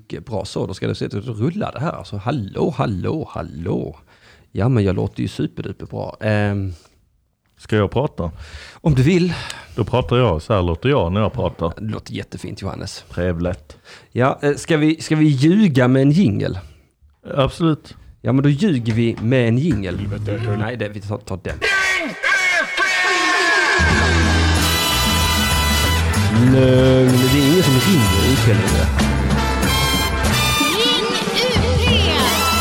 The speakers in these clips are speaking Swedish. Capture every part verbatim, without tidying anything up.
mycket bra så. Då ska det se ut att rulla det här. Alltså, hallå, hallå, hallå. Ja, men jag låter ju superduper bra. Um, Ska jag prata? Om du vill. Då pratar jag, så här låter jag när jag pratar. Det låter jättefint, Johannes. Trevligt. Ja, ska vi, ska vi ljuga med en jingle? Absolut. Ja, men då ljuger vi med en jingle. Nej, det, vi tar, tar den. Lögn, det är ingen som ringer ut längre. Ring U P!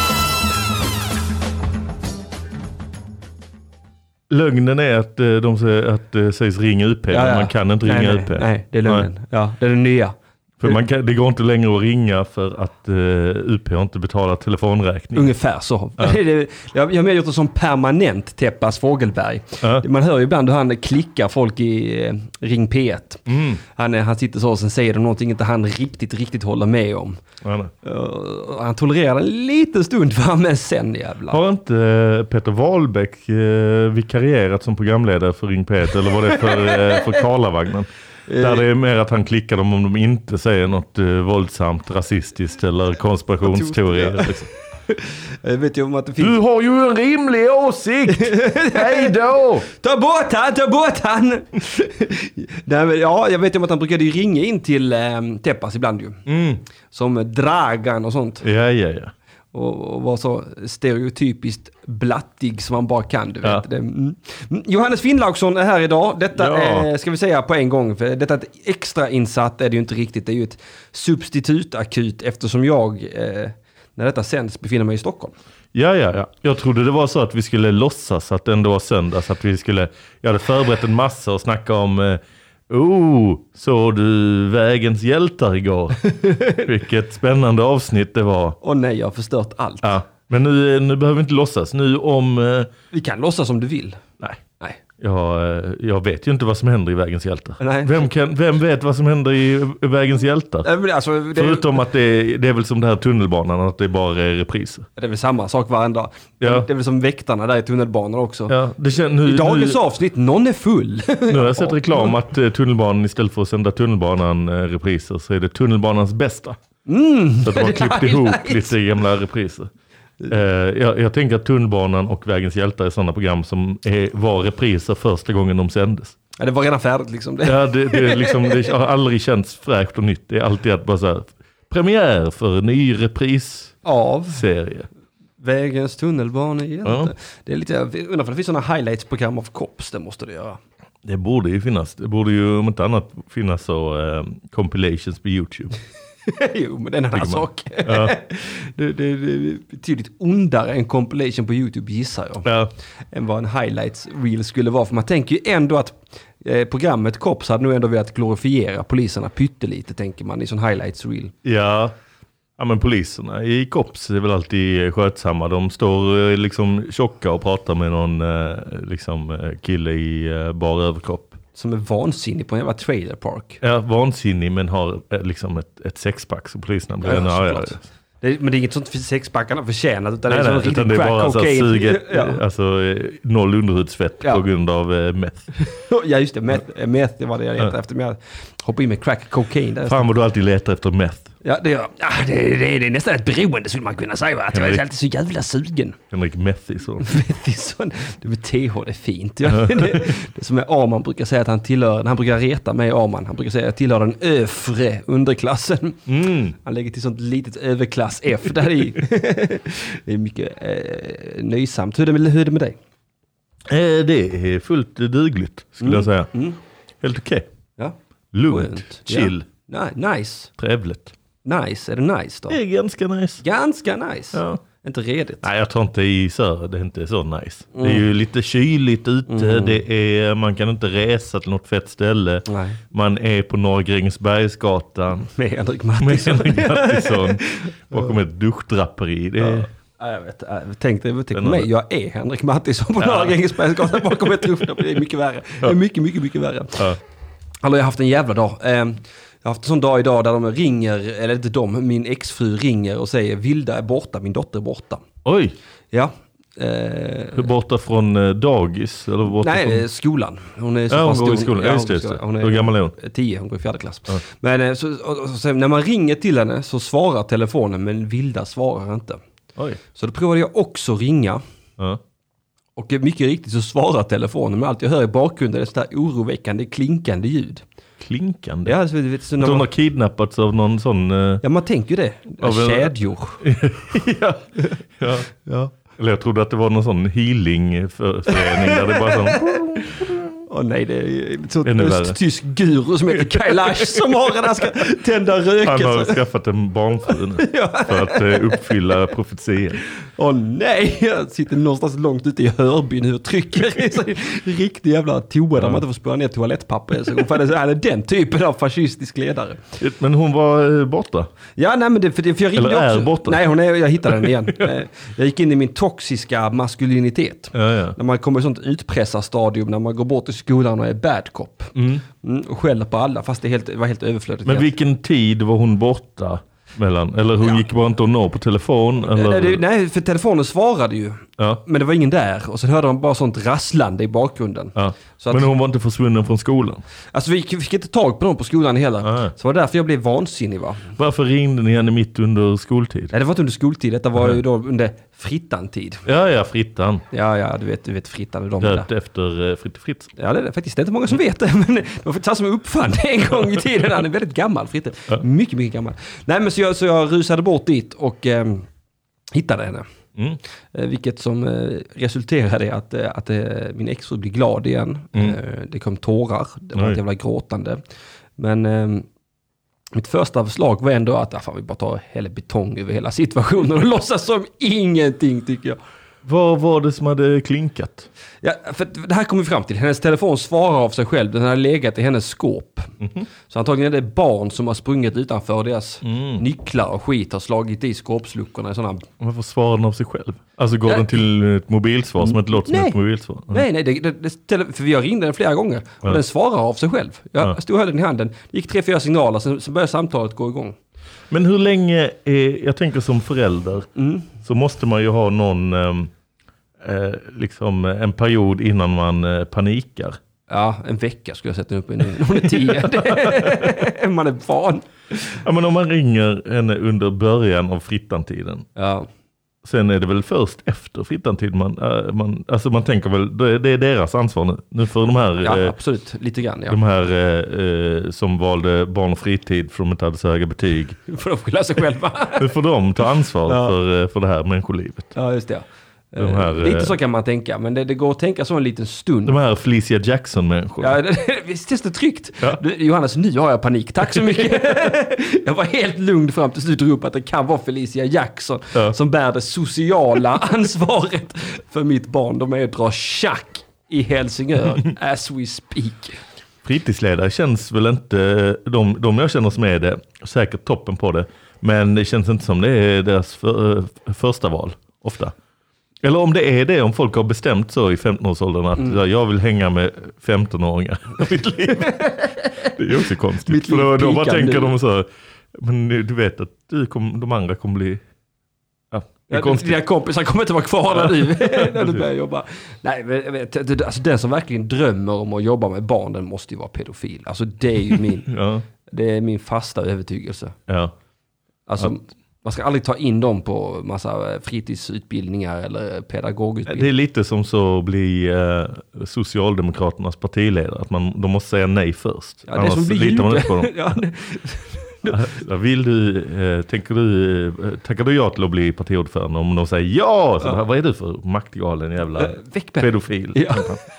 Lögnen är att de säger att det sägs ringa U P, ja, ja. Men man kan inte ringa nej, U P. Nej, nej, det är lögnen. Nej. Ja, det är den nya. För man kan, det går inte längre att ringa för att uh, U P har inte betalat telefonräkning. Ungefär så. Ja. jag, jag har gjort det som permanent Teppas Fågelberg. Ja. Man hör ju ibland hur han klickar folk i eh, Ring P ett. Mm. Han, han sitter så och sen säger de någonting inte han riktigt, riktigt håller med om. Ja, uh, han tolererar en liten stund för men sen jävlar. Har inte uh, Peter Wahlbeck uh, vikarierat som programledare för Ring P ett eller var det för, uh, för Karlavagnen? Där det är mer att han klickar dem om de inte säger något uh, våldsamt, rasistiskt eller konspirationsteorier. Liksom. Jag vet ju om att det finns... Du har ju en rimlig åsikt! Hej då! Ta bort han, ta bort han! Nej, ja, jag vet ju om att han brukade ringa in till eh, Teppas ibland ju. Mm. Som Dragan och sånt. Ja, ja, ja. Och, och var så stereotypiskt blattig som man bara kan, du vet. Ja. Det, mm. Johannes Finnlaugsson är här idag. Detta ja. är, ska vi säga på en gång, för detta är ett extra insatt är det ju inte riktigt. Det är ju ett substitutakut eftersom jag, eh, när detta sänds, befinner mig i Stockholm. Ja, ja, ja. Jag trodde det var så att vi skulle låtsas att det ändå var söndag, så att vi skulle, jag hade förberett en massa och snacka om eh, oh, såg du Vägens hjältar igår? Vilket spännande avsnitt det var. Åh nej, jag har förstört allt. Ja, men nu, nu behöver vi inte låtsas. Nu om... Eh... Vi kan låtsas om du vill. Nej. Nej. Jag, jag vet ju inte vad som händer i Vägens hjältar. Nej. Vem, kan, vem vet vad som händer i Vägens hjältar? Alltså, det... Förutom att det är, det är väl som det här tunnelbanan, att det bara är repriser. Det är väl samma sak varenda. Ja. Det är väl som väktarna där i tunnelbanan också. Ja, det kän, nu, I dagens nu, avsnitt, någon är full. Nu har jag sett reklam att tunnelbanan istället för att sända tunnelbanan repriser så är det tunnelbanans bästa. Mm. Så att de har klippt ihop lite gamla repriser. Uh, jag, jag tänker att tunnelbanan och Vägens hjältar är sådana program som är, var repriser första gången de sändes. Ja, det var redan färdigt liksom. Det. Ja, det, det, liksom, det har aldrig känts fräscht och nytt. Det är alltid att bara så här, premiär för ny repris av serie. Vägens tunnelbana igen. Ja. Det är lite, jag undrar för det finns sådana highlights-program av Kops, det måste det göra. Det borde ju finnas. Det borde ju om inte annat finnas så uh, compilations på YouTube. Jo, men det är en annan sak. Ja. det, det, det är betydligt ondare än compilation på YouTube, gissar jag. Ja. Än vad en highlights reel skulle vara. För man tänker ju ändå att eh, programmet Cops hade nog ändå velat glorifiera poliserna pyttelite, tänker man, i sån highlights reel. Ja. Ja, men poliserna i Cops är väl alltid skötsamma. De står liksom tjocka och pratar med någon eh, liksom, kille i eh, bara överkropp. Som är vansinnig på en jävla trailerpark. Ja, vansinnig men har eh, liksom ett, ett sexpack som poliserna blir ännu argare. Det, men det är inget sånt för sexpackarna förtjänat, utan nej, det är, nej, utan det är bara så suget, ja. Alltså noll underhudsfett ja. På grund av eh, meth. Ja, just det, meth, meth det var det jag letade ja. efter. Men jag hoppade in med crack cocaine. Där. Fan vad du alltid letar efter meth. Ja, det, ja, det, det, det är nästan ett beroende skulle man kunna säga. Att jag är alltid så jävla sugen. Henrik Methison. Methison. Det med T H, det är fint. Ja. det, det som är Arman brukar säga att han tillhör, han brukar reta mig Arman. Han brukar säga att jag tillhör den övre underklassen. Mm. Han lägger till sånt litet överklass F där i. Det är mycket eh, nöjsamt. Hur är, det, hur är det med dig? Eh, det är fullt dugligt skulle mm. jag säga. Mm. Helt okej. Okay. Ja. Lugnt, chill. Ja. Nej, nice. Trevligt. Nice, är det nice då? Det är ganska nice. Ganska nice. Ja. Inte redigt. Nej, jag tror inte i söder det är inte så nice. Mm. Det är ju lite kyligt ute. Mm. Det är, man kan inte resa till något fett ställe. Nej. Man är på Norra Grängesbergsgatan. Med Henrik Mattisson. Med Henrik Mattisson. Bakom ett duschdraperi. Det är... Ja. Ja, jag vet. Jag tänkte, tänk på mig. Jag är Henrik Mattisson på ja. Norra Grängesbergsgatan bakom ett duschdraperi. Det är mycket värre. Ja. Det är mycket, mycket, mycket värre. Ja. Alltså, jag har haft en jävla dag. Jag har haft en sån dag idag där de ringer, eller inte de, min exfru ringer och säger Vilda är borta, min dotter är borta. Oj! Ja, Eh, borta från eh, dagis? Eller borta nej, från... skolan. Hon är så ja, hon fast går i skolan. Ja, just det, just det. Hon är, Hur gammal är hon? tio, hon går i fjärde klass. Ja. Men så, och, och, så, när man ringer till henne så svarar telefonen, men Vilda svarar inte. Oj. Så då provade jag också ringa. Ja. Och mycket riktigt så svarar telefonen, men allt jag hör i bakgrunden är ett sådär oroväckande, klinkande ljud. Klinkande? Ja, alltså, vet, så när man... man har kidnappats av någon sån... Uh... Ja, man tänker ju det. Av kedjor. ja. Ja. Ja. Eller jag trodde att det var någon sån healingförening där det bara sån... Åh oh, nej, det är ett sånt östtysk guru som heter Kailash som har den här ska tända röken. Han har skaffat en barnfru nu ja. för att uh, uppfylla profetian. Åh oh, nej, jag sitter någonstans långt ute i Hörby nu och trycker i sig riktig jävla toa ja. där man inte får spöra ner toalettpapper. Så det är den typen av fascistisk ledare. Men hon var borta? Ja, nej men det, för, det, för jag ringde Eller är också. borta? Nej, hon är, jag hittade den igen. Jag gick in i min toxiska maskulinitet. Ja, ja. När man kommer i sånt utpressarstadium, när man går bort i skolan och är bad cop. Mm. Mm, och skäller på alla, fast det, helt, det var helt överflödigt. Men vilken tid var hon borta? Mellan, eller hon ja. gick bara inte att nå på telefon? Eller? Nej, det, nej, för telefonen svarade ju. Ja. Men det var ingen där. Och så hörde man bara sånt rasslande i bakgrunden. Ja. Så att, men hon var inte försvunnen från skolan? Alltså vi fick inte tag på någon på skolan heller. Ja. Så var det därför jag blev vansinnig, va? Varför ringde ni henne mitt under skoltid? Nej, det var inte under skoltid. Detta var ja. ju då under frittantid. Ja, ja, frittan. Ja, ja, du vet, du vet frittan. De Döpt efter uh, Fritte Fritz. Ja, det är det faktiskt. Det är inte många som vet det. Men det var faktiskt han som uppfann det en gång i tiden. Han är väldigt gammal, Fritte. Ja. Mycket, mycket gammal. Nej, men så jag, så jag rusade bort dit och eh, hittade henne. Mm. Eh, vilket som eh, resulterade i att, eh, att eh, min exfru blev glad igen. Mm. Eh, det kom tårar. Det var ett jävla gråtande. Men... Eh, mitt första förslag var ändå att ah, vi bara tar hela betong över hela situationen och låtsas som ingenting, tycker jag. Vad var det som hade klinkat? Ja, för det här kommer vi fram till. Hennes telefon svarar av sig själv. Den har legat i hennes skåp. Mm-hmm. Så antagligen är det barn som har sprungit utanför deras mm. nycklar och skit har slagit i skåpsluckorna. Sådana... Varför svarar den av sig själv? Alltså går ja. den till ett mobilsvar som inte låter som ett mobilsvar? Mm. Nej, nej. Det, det, det, för vi har ringt den flera gånger. Och ja. den svarar av sig själv. Jag ja. stod och höll den i handen. Det gick tre, fyra signaler. Sen, sen började samtalet gå igång. Men hur länge, är, jag tänker som förälder, mm. så måste man ju ha någon... Um, Eh, liksom en period innan man eh, panikar. Ja, en vecka skulle jag sätta upp en hon är tio. Man är van. Ja, men om man ringer henne under början av frittantiden. Ja. Sen är det väl först efter frittantid man, äh, man alltså man tänker väl det är deras ansvar nu, nu för de här ja, eh, absolut, lite grann, ja. De här eh, som valde barn och fritid för de inte hade så höga betyg. Får de skylla sig själva. Nu får de ta ansvar ja. för, för det här människolivet. Ja, just det. De här, lite så kan man tänka, men det, det går att tänka så en liten stund. De här Felicia Jackson-människor. Ja, visst är det tryggt. Ja. Du, Johannes, nu har jag panik. Tack så mycket. Jag var helt lugn fram tills du drog upp att det kan vara Felicia Jackson ja. som bär det sociala ansvaret för mitt barn. De är att dra tjack i Helsingör as we speak. Fritidsledare känns väl inte, de, de jag känner som är det, säkert toppen på det, men det känns inte som det är deras för, första val, ofta. Eller om det är det, om folk har bestämt så i femton-årsåldern att mm. jag vill hänga med femton-åringar i mitt liv. Det är också konstigt. Mitt liv för då, då bara tänker nu. de så, men du vet att du kom, de andra kommer bli... Ja, det är ja, dina kompisar kommer inte vara kvar när du, när du börjar jobba. Nej, men, vet, alltså, den som verkligen drömmer om att jobba med barn, den måste ju vara pedofil. Alltså det är ju min, ja. det är min fasta övertygelse. Ja. Alltså... Att, man ska aldrig ta in dem på massa fritidsutbildningar eller pedagogutbildningar. Det är lite som så bli eh, Socialdemokraternas partiledare. Att man, de måste säga nej först. Ja, det som blir litar man inte på dem. Ja, det... Vill du, eh, tänker du, eh, tänker du ja till att bli partiordförande om de säger ja? Så, ja. Vad är du för maktgalen jävla äh, pedofil? Ja.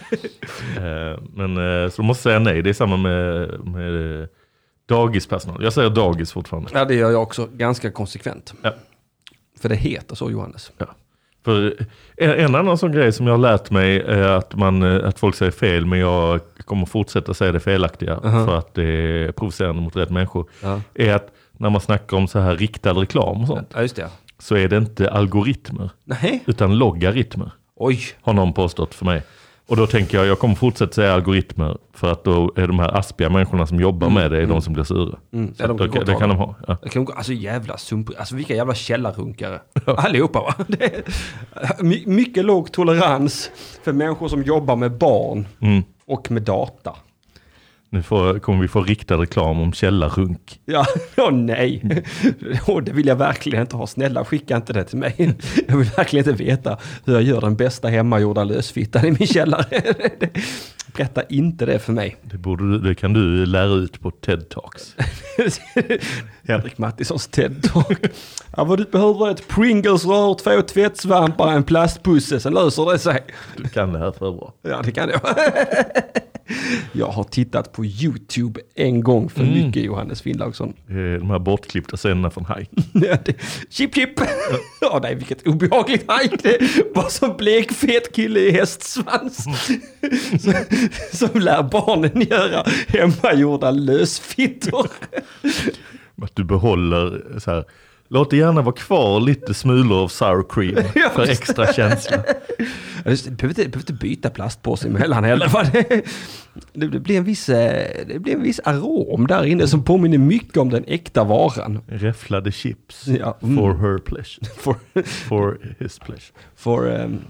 eh, men eh, så de måste säga nej. Det är samma med... med dagispersonal. Jag säger dagis fortfarande. Ja, det gör jag också ganska konsekvent. Ja. För det heter så, Johannes. Ja. För en, en annan sån grej som jag har lärt mig är att, man, att folk säger fel, men jag kommer fortsätta säga det felaktiga uh-huh. för att det är provocerande mot rätt människor. Uh-huh. Är att när man snackar om så här riktad reklam och sånt, ja, just det. så är det inte algoritmer, Nej. utan logaritmer. Oj. Har någon påstått för mig. Och då tänker jag, jag kommer fortsätta säga algoritmer för att då är de här aspiga människorna som jobbar mm. med det är mm. de som blir sura. Mm. Så ja, de kan då, det kan de ha. Ja. Kan gå, alltså jävla sump, alltså vilka jävla källarrunkare. Allihopa va? Det är my, mycket låg tolerans för människor som jobbar med barn mm. och med data. Nu får, kommer vi få riktad reklam om källarrunk. Ja, oh, nej. Oh, det vill jag verkligen inte ha. Snälla, skicka inte det till mig. Jag vill verkligen inte veta hur jag gör den bästa hemmagjorda lösfittan i min källare. Berätta inte det för mig. Det, borde, det kan du lära ut på TED Talks. Henrik Mattissons TED Talk. Ja, vad du behöver är ett Pringles-rör, två tvättsvampar, en plastpusse. Sen löser det sig. Du kan det här för bra. Ja, det kan jag. Jag har tittat på YouTube en gång för mm. mycket, Johannes Finnlaugsson. De här bortklippta scenerna från Haj. Ja, det, chip chip! Ja, nej, vilket obehagligt Haj. Det var som blekfet kille i hästsvans. som, som lär barnen göra hemmagjorda lösfittor. Att du behåller så här... Låt det gärna vara kvar lite smulor av sour cream för extra känsla. Du behöver inte, behöver inte byta plastpåse emellan heller. Det, det, det, blir en viss, det blir en viss arom där inne som påminner mycket om den äkta varan. Räfflade chips ja. mm. for her pleasure. for, for his pleasure. For, um,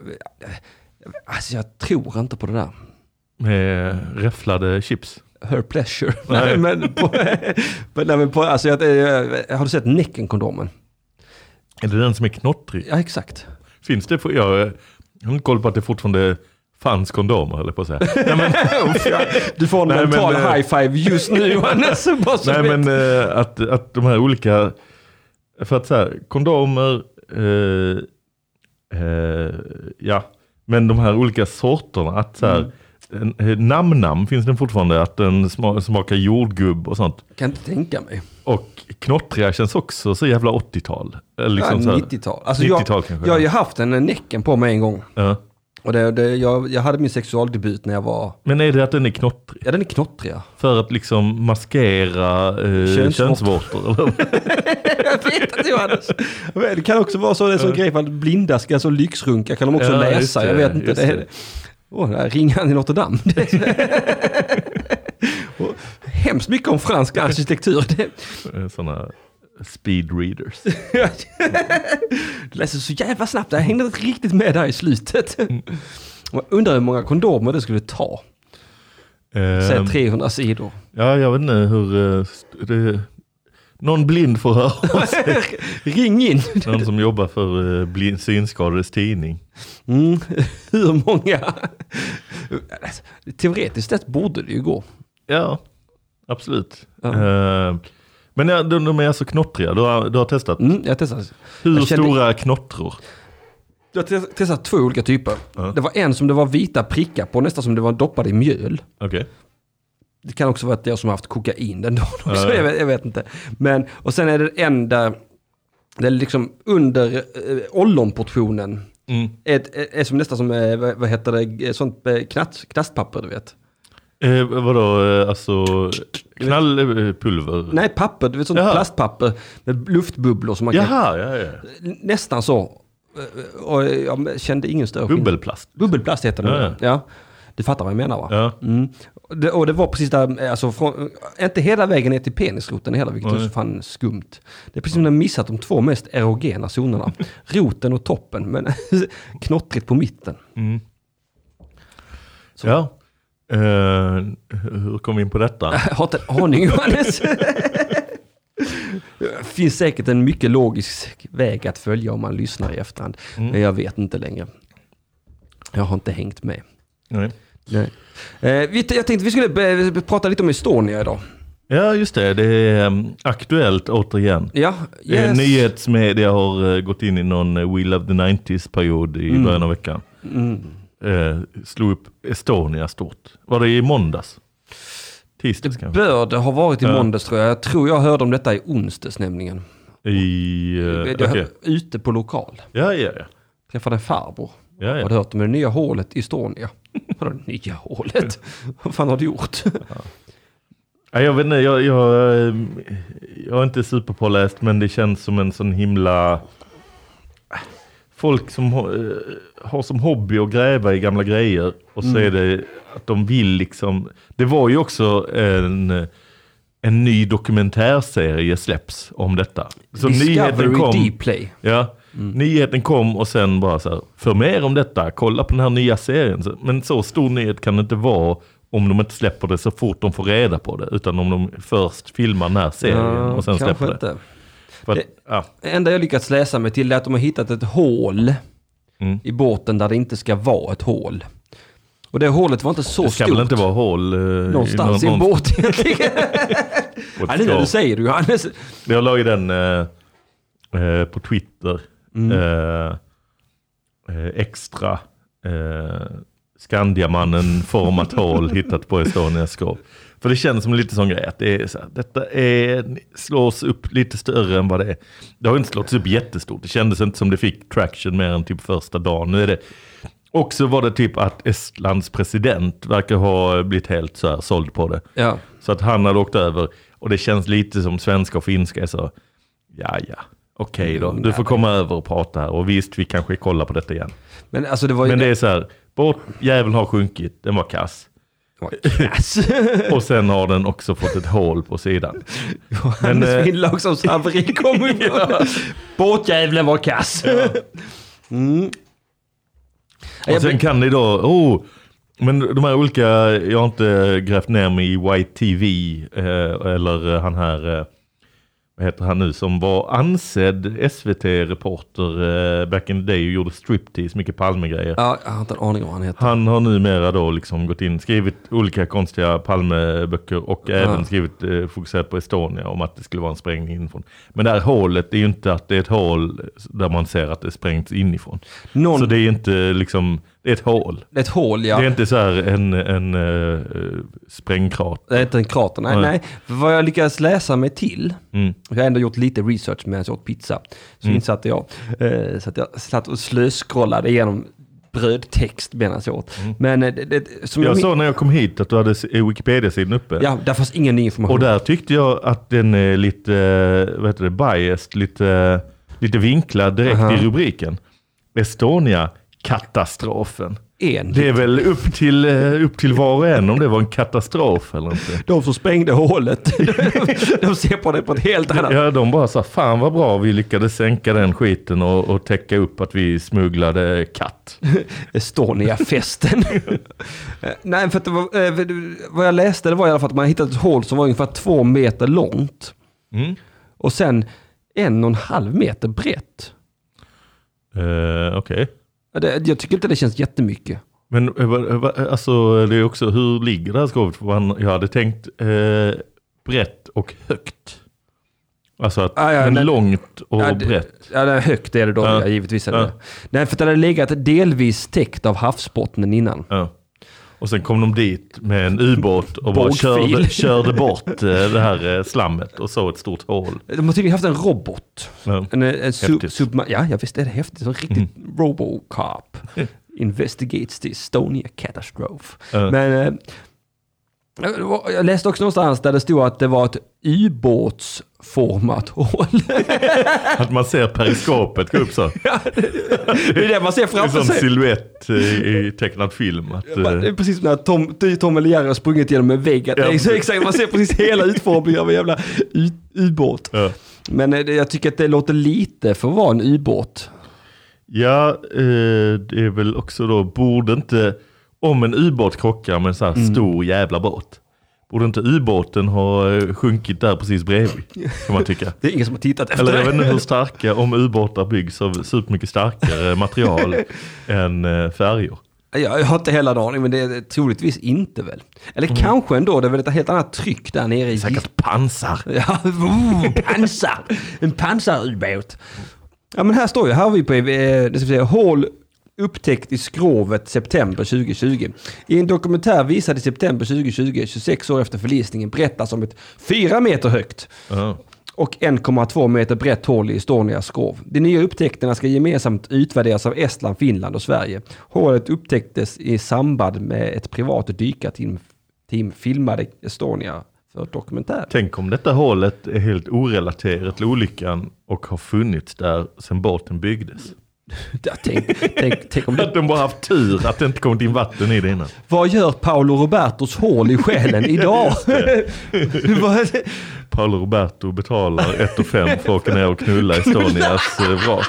alltså jag tror inte på det där. Med räfflade chips? Her pleasure. Nej. men på, men, nej, men på, alltså, jag, jag, har du sett Näcken-kondomen? Är det den som är knottrig? Ja, exakt. Finns det? För, jag, jag har inte koll på att det fortfarande fanns kondomer, eller på att säga. Nej, men, du får en nej, mental men, high five just nu, Johannes. Nej, men äh, att, att de här olika... För att så här, kondomer... Äh, äh, ja, men de här olika sorterna, att så här... Mm. Namnam finns den fortfarande, att den smakar jordgubb och sånt. Kan inte tänka mig. Och knottriga känns också så jävla åttiotal. Liksom ja, nittiotal. Alltså nittiotal jag, kanske. Jag har ju haft en Näcken på mig en gång. Ja. Och det, det, jag, jag hade min sexualdebut när jag var... Men är det att den är knottrig? Ja, den är knottrig. Ja. För att liksom maskera eh, könsvårtor? Jag vet inte, Johannes. Det kan också vara så, det är så ja. grej för att blinda ska så lyxrunka kan de också ja, läsa. Det, jag vet inte. Det, det. Åh, oh, ringar han i Notre Dame. Hemskt mycket om fransk arkitektur. Sådana speed readers. Det läser så jävla snabbt. Jag hängde inte riktigt med där i slutet. Jag undrar hur många kondomer det skulle ta. Um, Säg trehundra sidor. Ja, jag vet inte hur... Det, någon blind får höra sig. Ring in. Någon som jobbar för uh, blind, synskadades tidning. Mm, hur många? Teoretiskt sett borde det ju gå. Ja, absolut. Ja. Uh, men ja, de, de är så knottriga. Du har, du har testat? Mm, jag har testat. Hur jag kände... stora knottror? Jag har testat två olika typer. Uh. Det var en som det var vita prickar på, nästan som det var doppad i mjöl. Okej. Okay. Det kan också vara att jag som har haft kokain den dagen också, uh. jag, vet, jag vet inte. Men, och sen är det en där det är liksom under eh, ollonportionen mm. är, är, är som nästan som, eh, vad, vad heter det, sånt eh, knatt, knastpapper, du vet. Eh, vadå, eh, alltså knallpulver? Nej, papper, du vet, sånt Jaha. plastpapper med luftbubblor som man Jaha, kan... ja, ja. Nästan så. Och jag kände ingen större Bubbelplast. Bubbelplast heter det. Ja, ja. ja. Du fattar vad jag menar, va? Ja. Mm. Det, och det var precis där, alltså från, inte hela vägen ner till penisroten hela, vilket är så fan skumt. Det är precis som att de missat de två mest erogena zonerna. Roten och toppen, men knottrigt på mitten. Mm. Ja. Uh, hur kom vi in på detta? Jag har inte en aning, Johannes. Det finns säkert en mycket logisk väg att följa om man lyssnar i efterhand. Mm. Men jag vet inte längre. Jag har inte hängt med. Nej. Nej. Eh, vi, jag tänkte vi skulle b- b- prata lite om Estonia idag. Ja, just det. Det är um, aktuellt återigen. Ja, yes. eh, Nyhetsmedia har uh, gått in i någon uh, We Love the nineties-period i mm. början av veckan. Mm. Eh, slog upp Estonia stort. Var det i måndags? Tisdags kanske? Bör det ha varit i ja. måndags, tror jag. Jag tror jag hörde om detta i onsdags nämligen. I... Uh, det, okay. Ute på lokal. Ja, ja, ja. Träffade en farbror. Ja, ja. Har du hört om det nya hålet i Estonia? Vadå nya hålet? Vad fan har du gjort? Ja. Ja, jag vet inte, jag, jag, jag är inte superpåläst, men det känns som en sån himla folk som har, har som hobby att gräva i gamla grejer och så mm. är det att de vill liksom, det var ju också en, en ny dokumentärserie släpps om detta. Så nyheten kom, Dplay. Ja, mm. nyheten kom och sen bara så här, för mer om detta, kolla på den här nya serien. Men så stor nyhet kan det inte vara om de inte släpper det så fort de får reda på det, utan om de först filmar den här serien ja, och sen släpper det. Inte. För att, det ja. enda jag lyckats läsa mig till är att de har hittat ett hål mm. i båten där det inte ska vara ett hål. Och det hålet var inte så stort. Det ska stort. väl inte vara hål... Eh, någonstans i, någon, i en båt egentligen. Ja, det är när du säger du, Johannes. Jag la ju den eh, eh, på Twitter. Mm. Eh, eh, extra eh, Skandiamannen format hål hittat på Estonias skrov. För det känns som lite sån grej att det är så här, detta är, slås upp lite större än vad det är. Det har inte slått upp jättestort. Det kändes inte som det fick traction mer än typ första dagen. Nu är det också var det typ att Estlands president verkar ha blivit helt så här såld på det. Ja. Så att han hade åkt över och det känns lite som svenska och finska så ja ja. Okej okay då, du får komma över och prata här och visst vi kanske kollar på detta igen. Men alltså det var ju Men det är så här, båtjäveln har sjunkit, den var kass. Kass. Och sen har den också fått ett hål på sidan. Johannes äh, Finnlaugsons haveri kom upp. Ja. Båtjäveln var kass. Ja. Mm. Och sen kan det då, oh, men de här olika, jag har inte grävt ner mig i Y T V eh, eller han här, eh, vad heter han nu, som var ansedd S V T-reporter eh, back in the day och gjorde striptease, mycket Palme-grejer. Ja, jag har inte en aning om vad han heter. Han har numera då liksom gått in, skrivit olika konstiga Palme-böcker och ja. även skrivit, eh, fokuserat på Estonia om att det skulle vara en sprängning inifrån. Men det här hålet är ju inte att det är ett hål där man ser att det sprängts inifrån. Någon... Så det är inte liksom, det är ett hål. Det är ett hål, ja. Det är inte så här en, en uh, sprängkrater. Det är inte en krater, nej. nej. nej. För vad jag lyckades läsa mig till, mm. jag har ändå gjort lite research medan jag åt pizza, så mm. insatte jag. Uh, så att jag satt och slöskrollade igenom brödtext medan jag åt. Mm. Men det, det, som jag, jag såg när jag kom hit att du hade Wikipedia-sidan uppe. Ja, där fanns ingen information. Och där tyckte jag att den är lite, vad heter det, biased, lite, lite vinklad direkt uh-huh. i rubriken. Estonia, katastrofen. En. Det är väl upp till, upp till var och en om det var en katastrof eller inte. De som sprängde hålet, de ser på det på ett helt annat. Ja, de bara sa, fan vad bra vi lyckades sänka den skiten och, och täcka upp att vi smugglade katt. Estonia-festen. Nej, för att det var, vad jag läste det var i alla fall att man hittade ett hål som var ungefär två meter långt. Mm. Och sen en och en halv meter brett. Uh, Okej. Okay. Det, jag tycker inte det känns jättemycket. Men alltså, det är också, hur ligger det här skrovet? Jag hade tänkt eh, brett och högt. Alltså att ah, ja, men långt och ja, brett. Ja, det är högt är det då, ja. Ja, givetvis är det. Ja. Nej, för det hade legat delvis täckt av havsbottnen innan. Ja. Och sen kom de dit med en ubåt och bara körde, körde bort det här slammet och så ett stort hål. De har tydligen haft en robot. Ja. En, en sub, subma- ja, jag visste det är häftigt. En riktigt mm. Robocop investigates the Estonia catastrophe. Ja. Men eh, jag läste också någonstans där det stod att det var ett ubåtsformat hål. Att man ser periskopet gå upp så. Ja, det, det är det man ser framför sig. En sån silhuett i tecknad film. Att, ja, det är precis som när Tom, Tom eller Jerry har sprungit genom en vägg. Att ja, det är så exakt, man ser precis hela utformningen av en jävla ubåt. Ja. Men jag tycker att det låter lite för att vara en ubåt. Ja, eh, det är väl också då, borde inte, om en ubåt krockar med en sån här mm. stor jävla båt, borde inte ubåten ha sjunkit där precis bredvid, kan man tycka. Det är ingen som har tittat efter Eller det. jag vet inte hur starka, om ubåtar byggs av supermycket starkare material än färger. Jag har inte hela dagen, men det är troligtvis inte väl. Eller mm. kanske ändå, det är väl ett helt annat tryck där nere i. Säkert pansar. Ja, oh, pansar. En pansarubåt. Ja, men här står ju, här har vi på, det ska vi säga, hål upptäckt i skrovet september tjugo tjugo. I en dokumentär visad i september tjugo tjugo, tjugosex år efter förlisningen, berättas om ett fyra meter högt uh-huh. och en komma två meter brett hål i Estonias skrov. De nya upptäckterna ska gemensamt utvärderas av Estland, Finland och Sverige. Hålet upptäcktes i samband med ett privat dykarteam team filmade Estonia för dokumentär. Tänk om detta hålet är helt orelaterat till olyckan och har funnits där sedan båten byggdes. Ja, tänk, tänk, tänk om det... Att de bara haft tur att det inte kommit in vatten i det innan. Vad gör Paolo Robertos hål i själen idag? Paolo Roberto betalar ett och fem för att åka ner och knulla Estonias vrak.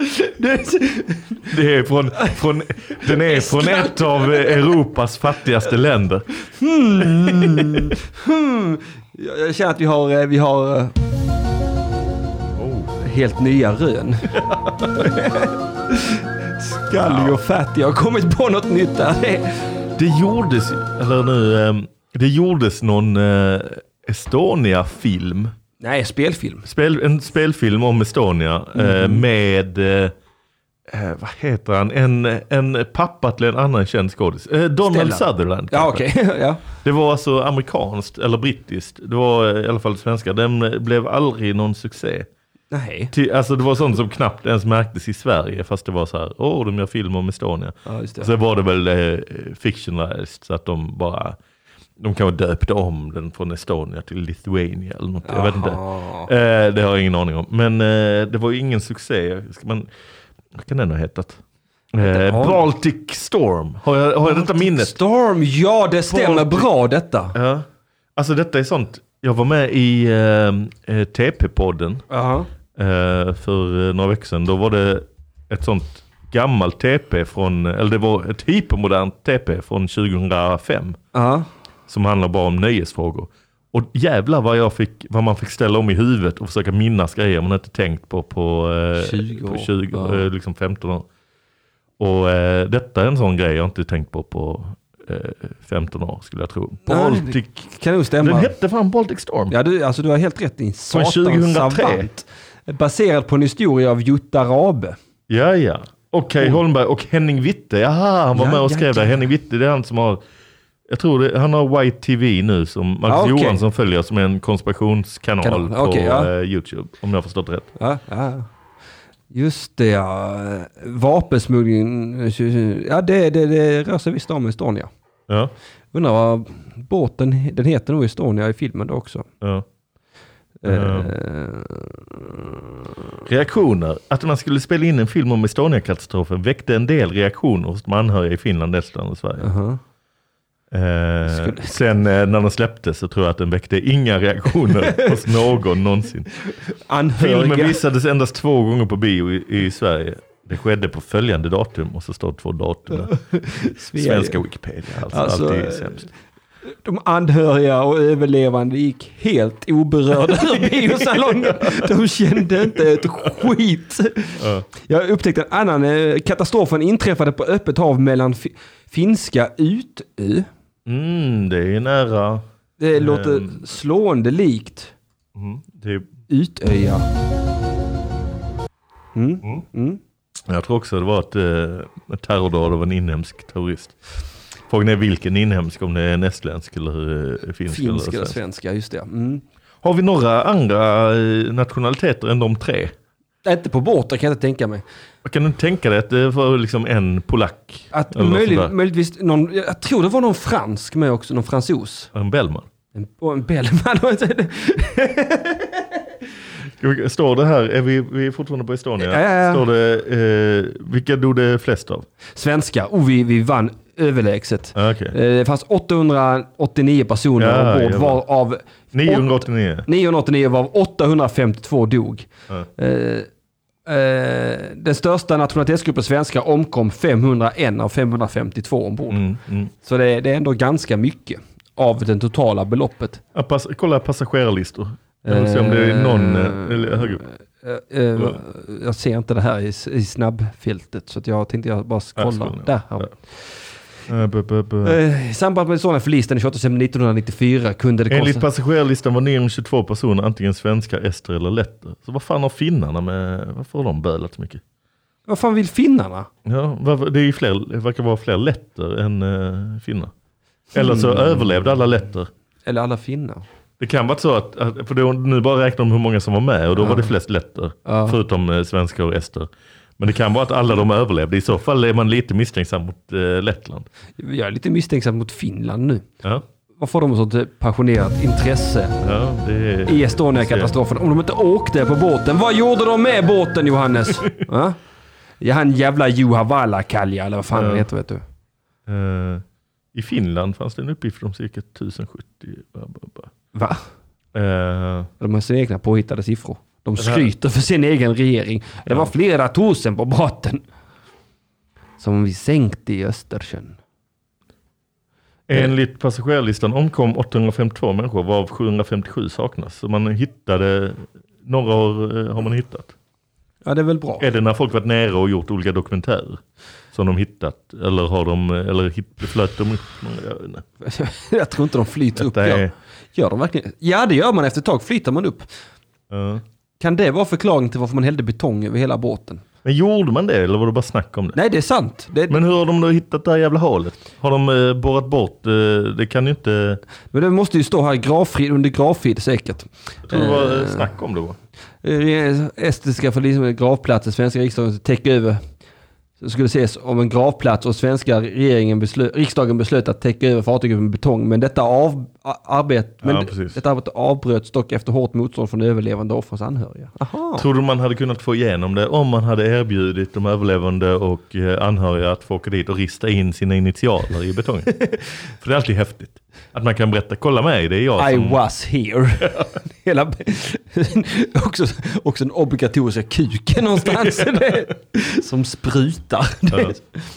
Det är från, från, den är från ett av Europas fattigaste länder. Hmm. Hmm. Jag känner att vi har, vi har oh. helt nya rön. Skallig och fattig har kommit på något nytt där. Det gjordes, eller nu, det gjordes någon Estonia-film. Nej, spelfilm. Spel, en spelfilm om Estonia mm. med, eh, vad heter han, en, en pappa till en annan känd skådis. Eh, Donald Stella. Sutherland. Ja, okej. Okay. Ja. Det var alltså amerikanskt eller brittiskt. Det var i alla fall svenska. Den blev aldrig någon succé. Nej. Till, alltså det var sånt som knappt ens märktes i Sverige, fast det var så här, åh, de gör film om Estonia. Ja, just det. Så var det väl eh, fictionalized, så att de bara... De kan ha döpt om den från Estonia till Lithuania eller något. Jag vet inte. Eh, det har jag ingen aning om. Men eh, det var ju ingen succé. Ska man, vad kan den ha hetat? Eh, Baltic Storm. Har jag, har jag detta minnet? Storm, ja det stämmer Baltic. Bra detta. Ja. Alltså detta är sånt. Jag var med i eh, T P-podden uh-huh. eh, för några veckor sedan. Då var det ett sånt gammalt T P från, eller det var ett hypermodernt T P från tjugohundrafem. Ja. Uh-huh. Som handlar bara om nöjesfrågor. Och jävlar vad jag fick, vad man fick ställa om i huvudet och försöka minnas grejer man inte tänkt på på, eh, tjugo år. på tjugo, ja. eh, liksom femton år. Och eh, detta är en sån grej jag inte tänkt på på eh, femton år skulle jag tro. Baltic, Nej, kan nog stämma. Den hette fan Baltic Storm. Ja, du, alltså du har helt rätt i. Satans savant. Baserad på en historia av Jutta Rabe. Ja, ja. Okej, okay, Holmberg och Henning Witte. Jaha, han var ja, med och skrev ja, där. Ja. Henning Witte, det är han som har... Jag tror det, han har White T V nu som Max ah, okay. Johansson följer som är en konspirationskanal Kanal. på okay, ja. uh, YouTube, om jag har förstått rätt. Ja, ja. Just det, ja. Vapensmuggling, ja det, det, det rör sig visst om Estonia. Ja. Undrar vad båten, den heter nog Estonia i filmen då också. Ja. Uh, reaktioner. Att man skulle spela in en film om Estonia-katastrofen väckte en del reaktioner hos de anhöriga i Finland, Estland och Sverige. Uh-huh. Eh, Skulle... Sen eh, när den släpptes så tror jag att den väckte inga reaktioner hos någon någonsin. Anhöriga. Filmen visades endast två gånger på bio i, i Sverige. Det skedde på följande datum och så står två datum. Svenska Wikipedia. Alltså, alltså, allt är sämst. De anhöriga och överlevande gick helt oberörda ur biosalongen. De kände inte ett skit. Ja. Jag upptäckte en annan katastrofen inträffade på öppet hav mellan fi- finska Utö. Mm, det är nära. Det mm. låter slående likt. Mm, det är... Utöja. Mm. Mm. Mm. Jag tror också det var ett, ett terrordåd av en inhemsk terrorist. Frågan är vilken inhemsk, om det är en estländsk eller finsk. Finsk eller, eller svenska, just det. Mm. Har vi några andra nationaliteter än de tre? Inte på båtar kan jag inte tänka mig. Kan du tänka dig att det var liksom en polack? Att möjlig, möjligtvis någon, jag tror det var någon fransk med också, någon fransos. En Bellman. En, en Bellman. Står det här, är vi, vi är fortfarande på Estonia? Ja, ja, ja. Står det, eh, vilka dog det flest av? Svenska, och vi, vi vann överlägset. Ah, okay. Det fanns åttahundraåttionio personer ja, ombord, var av niohundraåttionio. niohundraåttionio var åttahundrafemtiotvå dog. Ah. Eh, eh, den största nationalitetsgruppen svenskar omkom femhundraen av femhundrafemtiotvå ombord. Mm, mm. Så det, det är ändå ganska mycket av den totala beloppet. Ja, pass, kolla passagerarlistor. Jag vill se om det är någon eller högre. Uh, uh, jag ser inte det här i, i snabbfiltet, så att jag tänkte jag bara scrolla. Ja, där. Ja. Uh, bu, bu, bu. Uh, I samband med sådana förlisten den tjugoåttonde september nittonhundranittiofyra kunde det kosta... Enligt passagerarlistan var niohundratjugotvå personer antingen svenskar, ester eller letter. Så vad fan har finnarna med... Varför har de bölat så mycket? Vad fan vill finnarna? Ja, det är ju fler, det verkar vara fler letter än uh, finnar. Eller så mm. överlevde alla letter. Eller alla finnar. Det kan vara så att, för då, nu bara räknar de hur många som var med och då ja. var det flest letter, ja. förutom eh, svenskar och ester. Men det kan vara att alla de överlevde. I så fall är man lite misstänksam mot eh, Lettland. Jag är lite misstänksam mot Finland nu. Ja. Vad får de sånt passionerat intresse ja, det är, i Estonia-katastrofen? Om de inte åkte på båten, vad gjorde de med båten, Johannes? Ja? Ja, han jävla Juha Valakalja, eller vad fan ja. han heter, vet du. Uh, I Finland fanns det en uppgift om cirka tusen sjuttio. Va? Uh, De har sina egna påhittade siffror. De skryter för sin egen regering. Det var flera tusen på båten. Som vi sänkte i Östersjön. Enligt passagerarlistan omkom åttahundrafemtiotvå människor, varav sjuhundrafemtiosju saknas. Så man hittade, några har, har man hittat. Ja, det är väl bra. Är det när folk varit nere och gjort olika dokumentärer som de hittat? Eller har de, eller hit, flöt de upp? Jag, jag tror inte de flyter Detta upp. Är... Gör, gör de verkligen? Ja, det gör man efter ett tag. Flyter man upp. Uh. Kan det vara förklaring till varför man hällde betong över hela båten? Men gjorde man det eller var det bara snack om det? Nej, det är sant. Det... Men hur har de då hittat det här jävla hålet? Har de eh, borrat bort? Eh, det kan ju inte... Men det måste ju stå här gravfrid, under gravfrid säkert. Jag tror det var eh, snack om det var. Eh, estniska för liksom gravplatser, svenska riksdagen täcker över. Så skulle ses om en gravplats och svenska regeringen beslöt, riksdagen beslöt att täcka över fartyget med betong. Men detta, av, arbet, men ja, detta arbete avbröts dock efter hårt motstånd från överlevande offrens anhöriga. Aha. Tror du man hade kunnat få igenom det om man hade erbjudit de överlevande och anhöriga att få åka dit och rista in sina initialer i betongen? För det är alltid häftigt. Att man kan berätta, kolla mig, det är jag som... I was here. Hela, också, också den obligatoriska kuken någonstans som sprutar. Ja.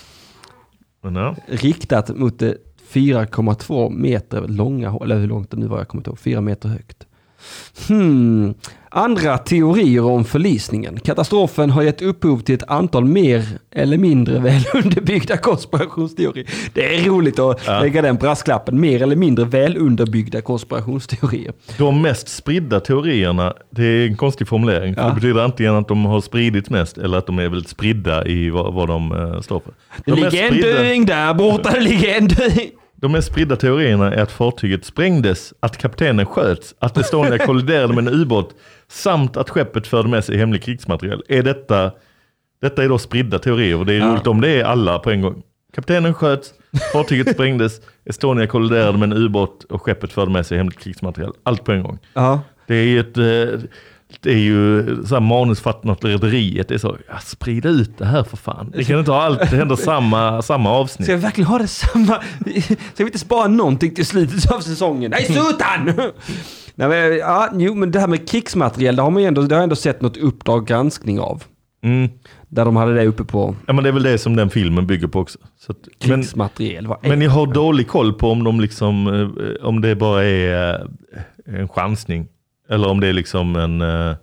Men ja. Riktat mot det fyra komma två meter långa, eller hur långt det nu var, jag kommer inte ihåg, fyra meter högt. Hmm. Andra teorier om förlisningen. Katastrofen har gett upphov till ett antal mer eller mindre väl underbyggda konspirationsteorier. Det är roligt att ja. lägga den brasklappen. Mer eller mindre väl underbyggda konspirationsteorier. De mest spridda teorierna, det är en konstig formulering. För ja. det betyder antingen att de har spridits mest eller att de är väldigt spridda i vad, vad de uh, står för. De det ligger en spridda... döing där borta, det ligger en döing. De mest spridda teorierna är att fartyget sprängdes, att kaptenen sköts, att Estonia kolliderade med en ubåt samt att skeppet förde med sig hemlig krigsmateriel. Är detta, detta är då spridda teorier och det är ja. roligt om det är alla på en gång. Kaptenen sköts, fartyget sprängdes, Estonia kolliderade med en ubåt och skeppet förde med sig hemlig krigsmateriel. Allt på en gång. Ja. Det är ju ett... Det är ju så här manusfattande åt rederiet. Det är så, ja, sprida ut det här för fan. Det kan inte ha allt, det händer samma, samma avsnitt. Ska jag verkligen ha det samma? Ska vi inte spara någonting till slutet av säsongen? Nej, sutan! Nej, men, ja, jo, men det här med krigsmateriel, det har man ändå, det har jag ändå sett något uppdrag granskning av. Mm. Där de hade det uppe på. Ja, men det är väl det som den filmen bygger på också. Så att, krigsmateriel. Men, men jag har dålig koll på om de liksom, om det bara är en chansning. Eller om det är liksom en eh,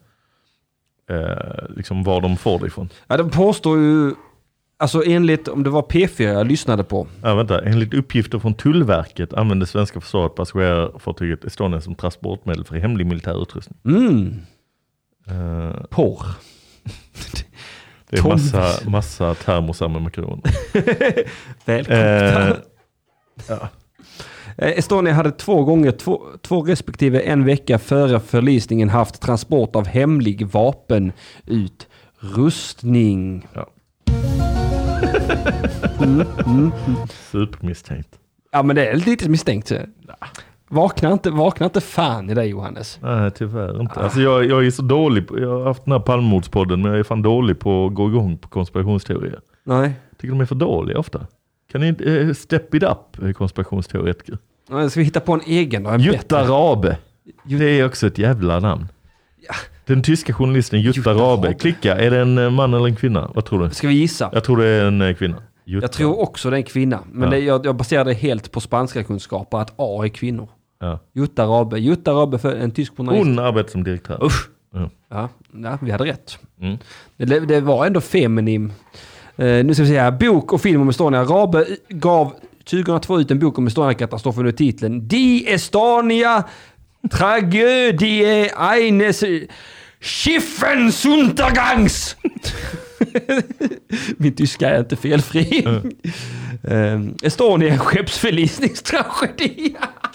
liksom var de får det ifrån. Ja, de påstår ju, alltså enligt, om det var P fyra jag lyssnade på. Ja, vänta. Enligt uppgifter från Tullverket använde svenska försvaret passagerarfartyget Estonia som transportmedel för hemlig militär utrustning. Mm. Uh, Porr. Det är massa, massa termosar med makroner. Välkomna. Uh, ja. Estonia hade två gånger, två, två respektive en vecka före förlisningen haft transport av hemlig vapenutrustning. Ja. mm, mm, mm. Supermisstänkt. Ja, men det är lite misstänkt. Vakna inte, vakna inte fan i dig, Johannes. Nej, tyvärr inte. Ah. Alltså jag, jag är så dålig på, jag har haft den här Palmemordspodden, men jag är fan dålig på att gå igång på konspirationsteorier. Nej. Jag tycker de är för dåliga ofta. Kan ni inte uh, step it up, konspirationsteoretiker? Ja, ska vi hitta på en egen då? En Jutta Rabe. Det är också ett jävla namn. Ja. Den tyska journalisten Jutta, Jutta Rabe. Rabe. Klicka, är det en man eller en kvinna? Vad tror du? Ska vi gissa? Jag tror det är en kvinna. Jutta. Jag tror också det är en kvinna. Men ja. det, jag, jag baserar det helt på spanska kunskaper att A är kvinnor. Ja. Jutta Rabe. Jutta Rabe för en tysk journalist. Hon arbetar som direktör. Usch. Ja. Ja, ja, vi hade rätt. Mm. Det, det var ändå feminim. Uh, nu ska vi säga bok och film om Estonia. Rabe gav tjugohundratvå ut en bok om Estonia-katastrofen under titeln Die Estonia Tragödie eines Schiffensuntergangs. Min tyska är inte felfri. Mm. uh, Estonia skeppsförlisningstragedi.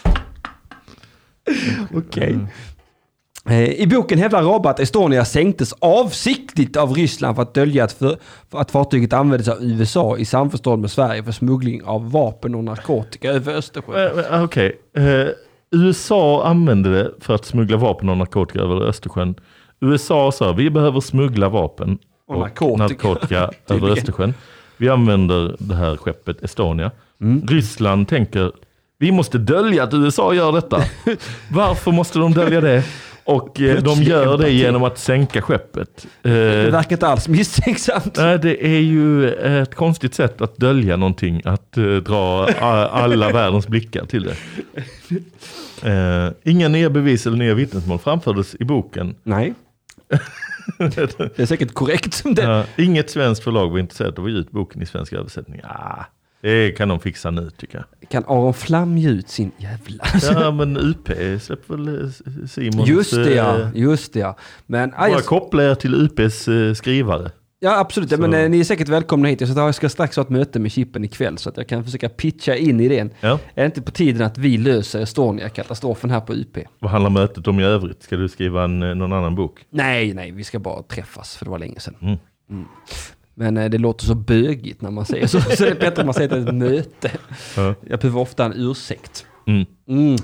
Okej. Okay. Mm. I boken hävdar Rabe att Estonia sänktes avsiktligt av Ryssland för att dölja att, för, för att fartyget användes av U S A i samförstånd med Sverige för smuggling av vapen och narkotika över Östersjön. Uh, Okej. Okay. Uh, U S A använde det för att smuggla vapen och narkotika över Östersjön. U S A sa vi behöver smuggla vapen. och, och narkotika, narkotika över Östersjön. Vi använder det här skeppet Estonia. Mm. Ryssland tänker, vi måste dölja att U S A gör detta. Varför måste de dölja det? Och eh, de gör det genom att sänka skeppet. Eh, det verkar inte alls misstänksamt. Nej, det är ju ett konstigt sätt att dölja någonting. Att eh, dra a- alla världens blickar till det. Eh, inga nya bevis eller nya vittnesmål framfördes i boken. Nej. Det är säkert korrekt. Ja, inget svenskt förlag var intresserat av att ge ut boken i svensk översättning. Ah, det kan de fixa nu, tycker jag. Kan Aron Flam ge ut sin jävla... Ja, men U P släpper väl Simons... Just det, ja. Just det, ja. Men, bara jag... koppla er till U P:s skrivare. Ja, absolut. Så. Men eh, ni är säkert välkomna hit. Så jag ska strax ha ett möte med Chippen ikväll så att jag kan försöka pitcha in i den. Ja. Är det inte på tiden att vi löser Estonia-katastrofen här på U P? Vad handlar mötet om i övrigt? Ska du skriva en, någon annan bok? Nej, nej. Vi ska bara träffas för det var länge sedan. Mm. Mm. Men eh, det låter så bögigt när man säger så. Så det är bättre att man säger att det är ett möte. Ja. Jag behöver ofta en ursäkt. Mm. Mm.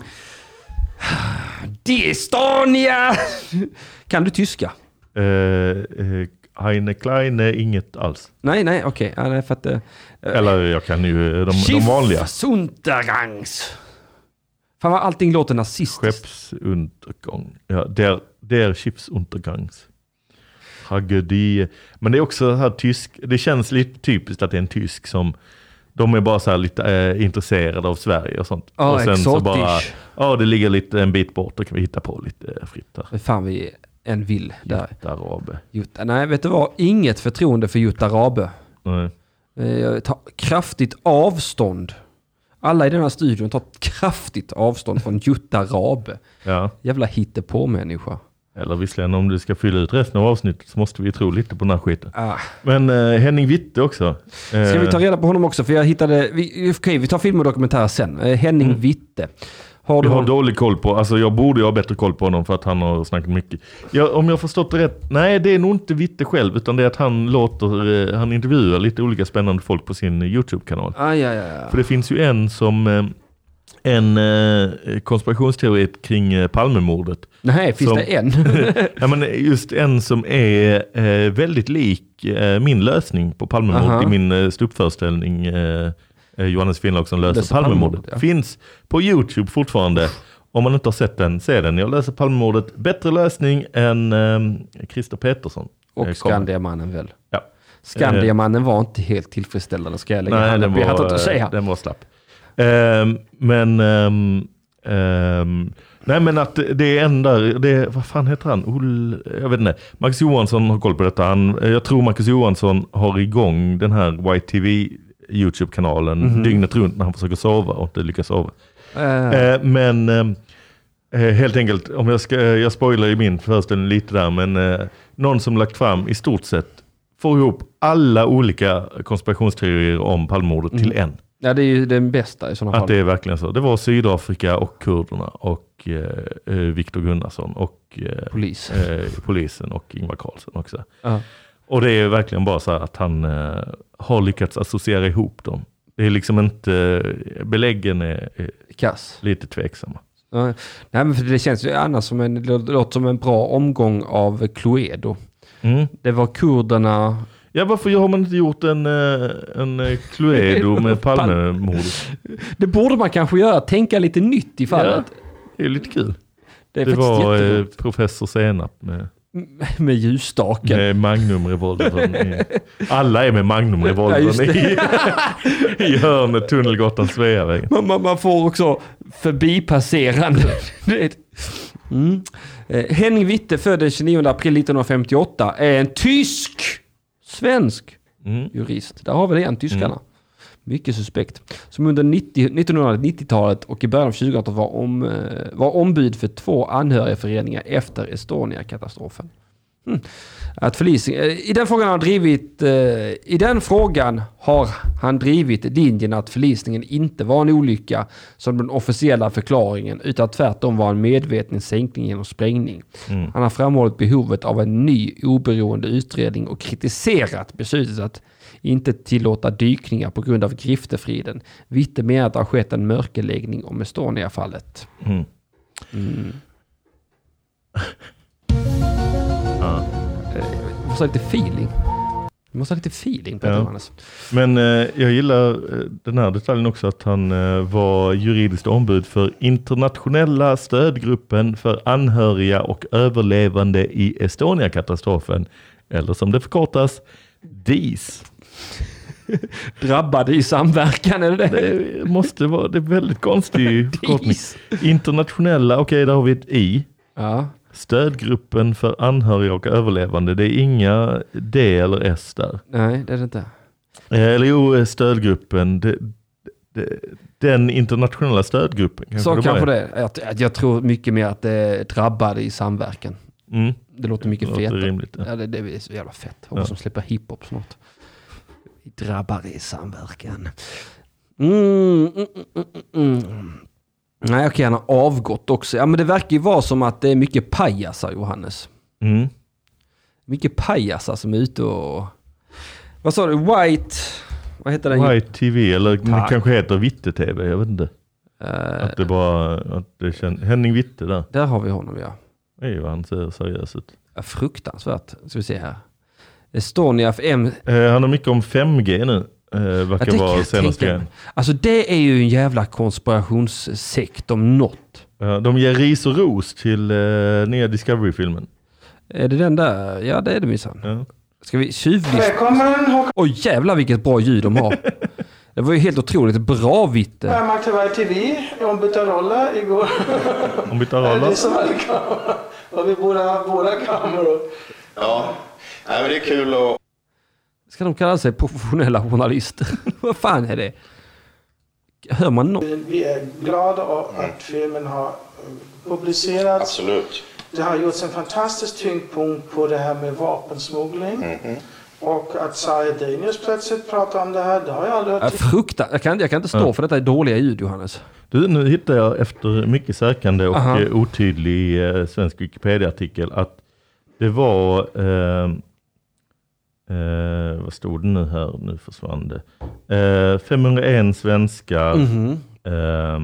Estonia! Kan du tyska? Eh... Uh, Eine Kleine, inget alls. Nej, nej, okej. Okay. Ja, för att, uh, Eller jag kan ju de, de vanliga. Schiffsuntergangs. Fan vad allting låter nazistiskt. Skeppsuntergång. Ja, der, der Schiffsuntergangs. Tragedi. Men det är också här tysk. Det känns lite typiskt att det är en tysk som de är bara så här lite äh, intresserade av Sverige och sånt. Oh, och sen exotisch. Så bara, ja det ligger lite en bit bort och kan vi hitta på lite fritt här. Fan vi en vill där. Jutta Rabe. Jutta, nej, vet du vad? Inget förtroende för Jutta Rabe. Nej. Jag tar kraftigt avstånd. Alla i denna studion tar kraftigt avstånd från Jutta Rabe. Ja. Jävla hittepå-människa. Eller visserligen om du ska fylla ut resten av avsnittet så måste vi tro lite på den här skiten. Ah. Men eh, Henning Witte också. Eh. Ska vi ta reda på honom också? För jag hittade... Vi, okej, vi tar film och dokumentär sen. Eh, Henning mm. Witte. Har du jag har dålig koll på, alltså jag borde ha bättre koll på honom för att han har snackat mycket. Jag, om jag har förstått det rätt, nej det är nog inte Witte själv utan det är att han låter, han intervjuar lite olika spännande folk på sin YouTube-kanal. Ah, ja, ja, ja. För det finns ju en som, en konspirationsteori kring Palmemordet. Nej, finns som, det en? ja, men just en som är väldigt lik min lösning på Palmemordet i min ståuppföreställning Johannes Finnlaugsson löser, löser Palmemordet. Palmemordet ja. Finns på YouTube fortfarande. Om man inte har sett den, se den. Jag löser Palmemordet. Bättre lösning än um, Christer Petersson. Och eh, Skandiamannen väl? Ja. Skandiamannen var inte helt tillfredsställande ska jag lägga Nej, den var, att säga. den var slapp. Um, men um, um, nej men att det är enda, det, vad fan heter han? Ull, jag vet inte. Max Johansson har koll på detta. Han, jag tror Marcus Johansson har igång den här Y T V YouTube-kanalen mm-hmm. dygnet runt när han försöker sova och inte lyckas sova. Uh. Eh, men eh, helt enkelt, om jag ska, jag spoilar i min föreställning lite där, men eh, någon som lagt fram i stort sett får ihop alla olika konspirationsteorier om Palmemordet mm. till en. Ja, det är ju den bästa i sådana fall. Att det är verkligen så. Det var Sydafrika och kurderna och eh, Viktor Gunnarsson och eh, Polis. eh, polisen och Ingvar Carlsson också. Uh. Och det är verkligen bara så att han eh, har lyckats associera ihop dem. Det är liksom inte, beläggen är, är Kass. lite tveksamma. Ja, nej, men för det känns ju annars som en, det låter som en bra omgång av Cluedo. Mm. Det var kurderna... Ja, varför har man inte gjort en, en Cluedo med Palmemordet? Det borde man kanske göra, tänka lite nytt i fallet. Ja, det är lite kul. Det, är det var jätteroligt. Professor Senap med... Med ljusstaken. Med Magnum-revolvern. Alla är med Magnum-revolvern ja, i, i hörnet Tunnelgatan Sveavägen. Man, man, man får också förbipasserande. mm. eh, Henning Witte föddes tjugonionde april nittonhundrafemtioåtta är en tysk svensk mm. jurist. Där har vi det igen, tyskarna. Mm. Mycket suspekt. Som under nittonhundranittiotalet och i början av tjugohundratalet var, om, var ombud för två anhörigföreningar efter Estonia-katastrofen. Mm. Att förlisning, i den frågan har han drivit i den frågan har han drivit linjen att förlisningen inte var en olycka som den officiella förklaringen utan tvärtom var en medveten sänkning genom sprängning. Mm. Han har framhållit behovet av en ny oberoende utredning och kritiserat beslutet att inte tillåta dykningar på grund av griftefriden. Witte menar att det har skett en mörkerläggning om Estonia-fallet. Mm. Mm. Ja. Jag måste ha lite feeling. Du måste ha lite feeling på ja. det, Johannes. Men eh, jag gillar eh, den här detaljen också. Men eh, jag gillar eh, den här detaljen också att han eh, var juridiskt ombud för internationella stödgruppen för anhöriga och överlevande i Estonia-katastrofen. Eller som det förkortas, D I S. Drabbade i samverkan, är det det? Det måste vara, det är väldigt konstig förkortning. Internationella, okej okay, där har vi ett I. Ja. Stödgruppen för anhöriga och överlevande, det är inga D eller S där. Nej, det är det inte. Eller jo, stödgruppen, det, det, den internationella stödgruppen. Kanske Så det kanske det. Jag, jag tror mycket mer att det är drabbade i samverkan. Mm. Det låter mycket det fett. Rimligt, ja. Ja, det, det är så jävla fett. Hoppas ja. som släpper hiphop snart. Drabbade i samverkan. Mm, mm, mm, mm. Nej, okej, han har avgått också. Ja, men det verkar ju vara som att det är mycket pajasar, Johannes. Mm. Mycket pajasar som är ute och... Vad sa du? White... Vad heter den? White T V, eller det kanske heter Vitte T V, jag vet inte. Uh, att det bara... Att det känns, Henning Vitte där. Där har vi honom, ja. Nej, han ser seriös ut. Ja, fruktansvärt. Ska vi se här. Estonia F M... Uh, han har mycket om fem G nu. Uh, verkar vara senaste grejen. Alltså det är ju en jävla konspirationssekt om något. Uh, de ger ris och ros till uh, nya Discovery-filmen. Är det den där? Ja, det är det minsann. Uh. Ska vi tjuvlyssna? Oj, jävlar vilket bra ljud de har. Det var ju helt otroligt bra, Vitte. Jag till T V, ombytta roller igår. Ombytta roller? Det är som alla kameror. Och vi båda, båda kameror. Ja, nej, men det är kul att... Ska de kalla sig professionella journalister? Vad fan är det? Hör man något? Vi är glada att filmen har publicerats. Absolut. Det har gjorts en fantastisk tyngdpunkt på det här med vapensmuggling. Mm-hmm. Och att Sarah Daniels plötsligt pratar om det här, det har jag aldrig hört. Jag fruktar, jag kan, jag kan inte stå ja. för detta dåliga ljud, Johannes. Du, nu hittar jag efter mycket sökande och Aha. otydlig eh, svensk Wikipedia-artikel att det var... Eh, Eh, vad stod det nu här? Nu försvann det. Eh, femhundraen svenskar. Mm-hmm. Eh,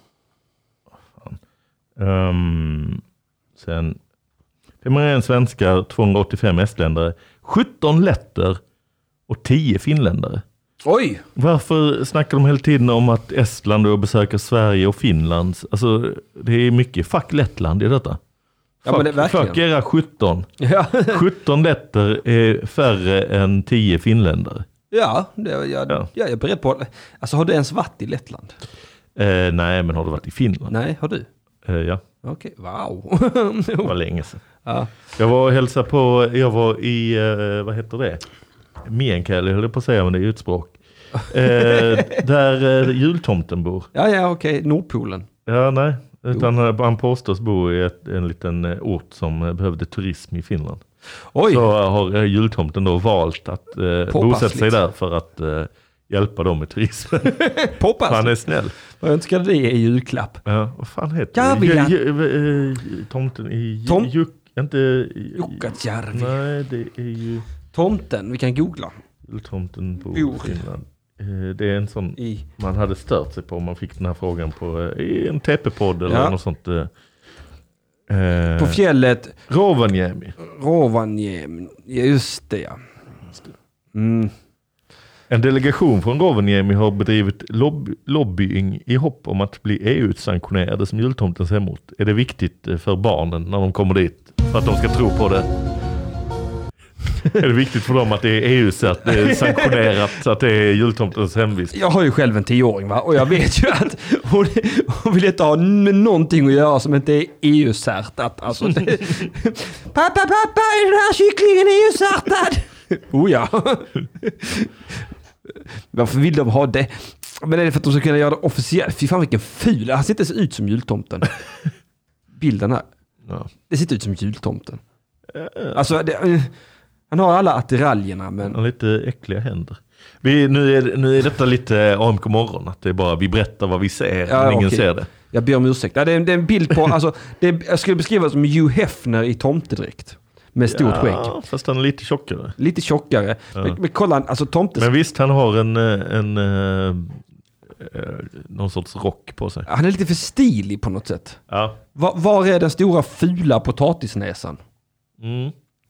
um, sen femhundraen svenskar, tvåhundraåttiofem estländare, sjutton letter och tio finländare. Oj! Varför snackar de hela tiden om att Estland och besöker Sverige och Finland? Alltså, det är mycket fuck Lettland i detta. Ja, fuck, men det är verkligen. Fuck era sjutton. Ja. sjutton letter är färre än tio finländare. Ja, det, jag, ja. Ja, jag är beredd på. Alltså, har du ens varit i Lettland? Eh, nej, men har du varit i Finland? Nej, har du? Eh, ja. Okej, okay. Wow. Det var länge sedan. Ja. Jag var och hälsade på, jag var i, eh, vad heter det? Meänkieli, höll jag på att säga, men det är utspråk. Eh, där eh, jultomten bor. Ja, ja, okej. Okay. Nordpolen. Ja, nej. Utan jo. Han påstås bo i ett, en liten ort som behövde turism i Finland. Oj. Så har jultomten då valt att eh, bosätta sig där för att eh, hjälpa dem med turismen. Han är snäll. Vad önskar det i julklapp? Ja, vad fan heter Järvi. det? Tomten i... Tom? Juk, inte... Jukkasjärvi. Nej, det är ju... Tomten, vi kan googla. Jultomten bor i Finland. Det är en sån I. man hade stört sig på om man fick den här frågan på i en T P-podd eller ja. något sånt. Eh, på fjället Rovaniemi. Rovaniemi, just det ja. Mm. En delegation från Rovaniemi har bedrivit lobb- lobbying i hopp om att bli E U-sanktionerade som jultomtens hemort. Är det viktigt för barnen när de kommer dit för att de ska tro på det? Är det viktigt för dem att det är E U-sanktionerat så att det är jultomtens hemvist? Jag har ju själv en tioåring, va? Och jag vet ju att hon, hon vill inte ha med någonting att göra som inte är E U-särtat. Alltså, pappa, pappa, är den här kycklingen E U-särtad? Oh ja. Varför vill de ha det? Men är det för att de ska kunna göra det officiellt? Fy fan vilken ful. Han ser inte ut som jultomten. Bilden här. Ja. Det ser ut som jultomten. Alltså, det, han har alla attiraljerna, men... Han har lite äckliga händer. Vi, nu, är, nu är detta lite A M K morgon, att det är bara vi berättar vad vi ser, ja, men ingen okay. ser det. Jag ber om ursäkt. Ja, det, är, det är en bild på, alltså, det är, jag skulle beskriva det som Hugh Hefner i tomtedräkt. Med stort ja, skägg. Fast han är lite tjockare. Lite tjockare. Ja. Men, men kolla, alltså tomtes... Men visst, han har en... en, en någon sorts rock på sig. Han är lite för stilig på något sätt. Ja. Var, var är den stora fula potatisnäsan? Mm.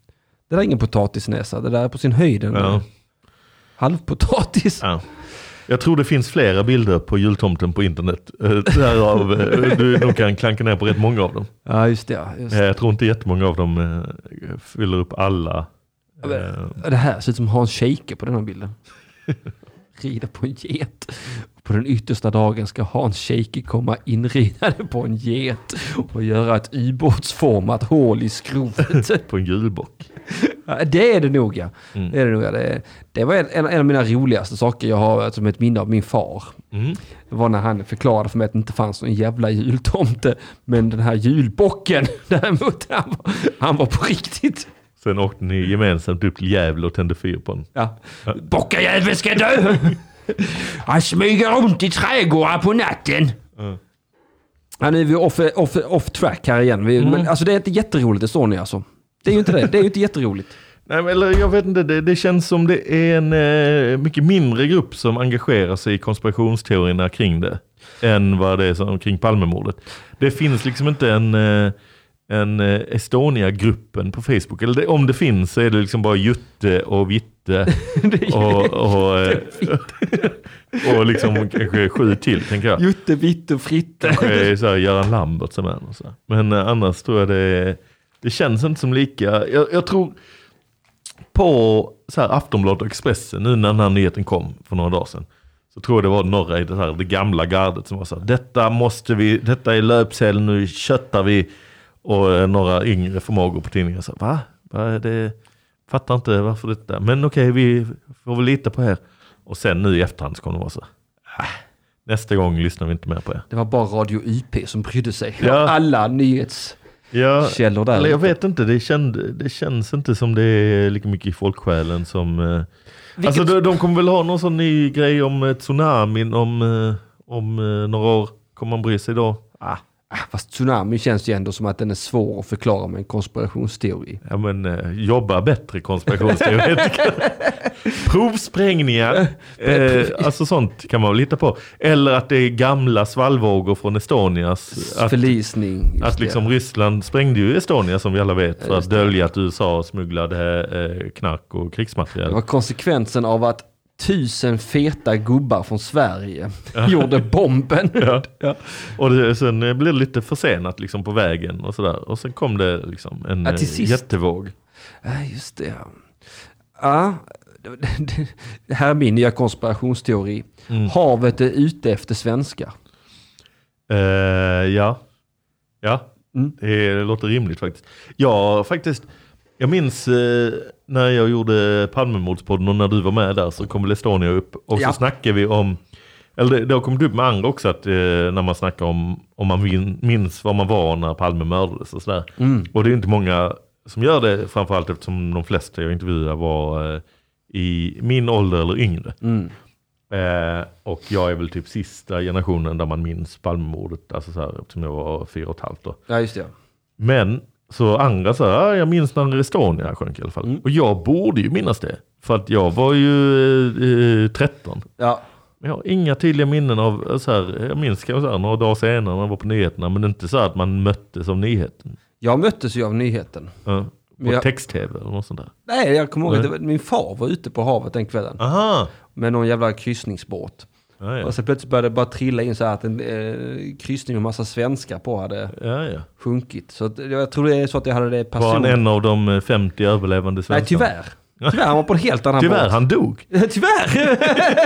Det där är ingen potatisnäsa. Det där är på sin höjd. Ja. Halvpotatis. Ja. Jag tror det finns flera bilder på jultomten på internet. Därav, du nog kan klanka ner på rätt många av dem. Ja, just det. Just det. Jag tror inte jättemånga av dem fyller upp alla. Det här ser ut som Hans Scheike på den här bilden. Rida på en get. På den yttersta dagen ska Hans Scheike komma inridade på en get och göra ett ubåtsformat hål i skrovet. På en julbock. Ja, det är det nog, ja. Mm. Det, är det, nog, ja. Det, det var en, en av mina roligaste saker jag har som ett minne av min far. Mm. Det var när han förklarade för mig att det inte fanns någon jävla jultomte. Men den här julbocken, däremot, han var, han var på riktigt. Sen åkte ni gemensamt upp till Gävle och tände fyr på den. Ja. Bockajävel ska dö! Han smyger runt i trädgårdar på natten. Mm. Ja, nu är vi off, off, off track här igen. Vi, mm. men, alltså, det är inte jätteroligt, det står ni alltså. Det är ju inte det. Det är ju inte jätteroligt. Nej, men, eller jag vet inte. Det, det känns som det är en eh, mycket mindre grupp som engagerar sig i konspirationsteorierna kring det. Än vad det är som, kring Palmemordet. Det finns liksom inte en... Eh, en Estonia-gruppen på Facebook. Eller det, om det finns så är det liksom bara Jutte och Vitte och, och, och liksom kanske sju till, tänker jag. Jutte, Vitte och Fritte. Kanske är så här Göran Lambert som är och så. Men annars tror jag det det känns inte som lika. Jag, jag tror på så här Aftonbladet och Expressen nu när den här nyheten kom för några dagar sedan. Så tror jag det var några i det här det gamla gardet som var så här, detta måste vi, detta är löpsedeln, nu köttar vi. Och några yngre förmågor på tidningen sa, va? va är det? Fattar inte varför det där. Men okej, vi får väl lita på er. Och sen nu i efterhand så kommer de vara så, äh, nästa gång lyssnar vi inte mer på er. Det var bara Radio Y P som brydde sig. Ja. Alla nyhetskällor ja, där. Eller jag vet inte, det, känd, det känns inte som det är lika mycket i folksjälen som... Eh, Vilket... Alltså de, de kommer väl ha någon sån ny grej om eh, tsunamin om, eh, om eh, några år. Kommer man bry sig då? Ah. Fast tsunami känns ju ändå som att den är svår att förklara med en konspirationsteori. Ja, men eh, jobba bättre konspirationsteoretiker. Provsprängningar. eh, alltså sånt kan man väl lita på. Eller att det är gamla svallvågor från Estonias. Att, förlisning. Att liksom Ryssland sprängde ju Estonia som vi alla vet. För att dölja att U S A smugglade eh, knark och krigsmaterial. Det var konsekvensen av att tusen feta gubbar från Sverige ja. gjorde bomben. Ja. Ja. Och det, sen blev det lite försenat liksom på vägen och sådär. Och sen kom det liksom en ja, jättevåg. Ja, just det. Ja, det här är min nya konspirationsteori. Mm. Havet är ute efter svenskar. Uh, ja. Ja, mm. det låter rimligt faktiskt. Ja, faktiskt. Jag minns eh, när jag gjorde Palmemordspodden och när du var med där så kom Estonia upp. Och ja. så snackade vi om, eller det, det har kommit upp med andra också, att eh, när man snackar om om man minns var man var när Palme mördades och sådär. Mm. Och det är inte många som gör det, framförallt eftersom de flesta jag intervjuade var eh, i min ålder eller yngre. Mm. Eh, och jag är väl typ sista generationen där man minns Palmemordet, alltså så här, eftersom jag var fyra och ett halvt då. Ja, just det. Men så andra så här, jag minns när Estonia sjönk i alla fall. Mm. Och jag borde ju minnas det. För att jag var ju eh, tretton. Ja. Men jag har inga tydliga minnen av, så här, jag minns kanske så här, några dagar senare när jag var på nyheterna. Men inte så att man möttes av nyheten. Jag möttes ju av nyheten. Ja. På jag... text-tv eller något sånt där. Nej, jag kommer ihåg att min far var ute på havet den kvällen. Aha. Med någon jävla kryssningsbåt. Ja, ja. Och så plötsligt började det bara trilla in så här att en eh, kryssning med massa svenskar på hade ja, ja. sjunkit. Så att, jag tror det är så att jag hade det person. Var han en av de femtio överlevande svenskarna? Nej, tyvärr. Tyvärr, han var på en helt annan Tyvärr, båt. han dog. Tyvärr!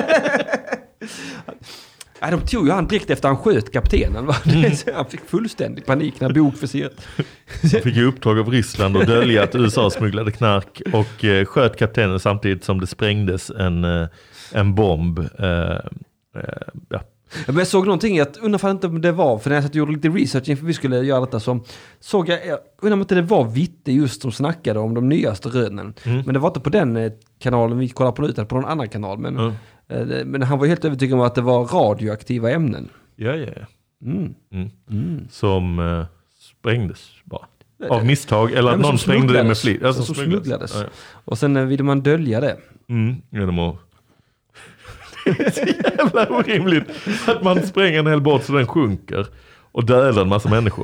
Nej, de tog ju han direkt efter han sköt kaptenen. Va? Mm. Han fick fullständig panik när bokförserat. Han fick ju uppdrag av Ryssland och dölja att U S A smugglade knark och eh, sköt kaptenen samtidigt som det sprängdes en, eh, en bomb. Eh, eh, ja. Men jag såg någonting, jag undrar inte om det var, för när jag satt och gjorde lite research inför vi skulle göra detta, så såg jag, jag undrar om inte det var Vitte just som snackade om de nyaste rönen. Mm. Men det var inte på den kanalen vi kollade på nu, utan på någon annan kanal. Men, mm. eh, men han var helt övertygad om att det var radioaktiva ämnen. Ja, ja, ja. Mm. Mm. Mm. Som eh, sprängdes bara. Av misstag, eller att någon sprängde det med flit. Alltså, som smugglades. smugglades. Ja, ja. Och sen eh, ville man dölja det. Mm, genom att... Det är så jävla orimligt att man spränger en hel båt så den sjunker och dödar en massa människor.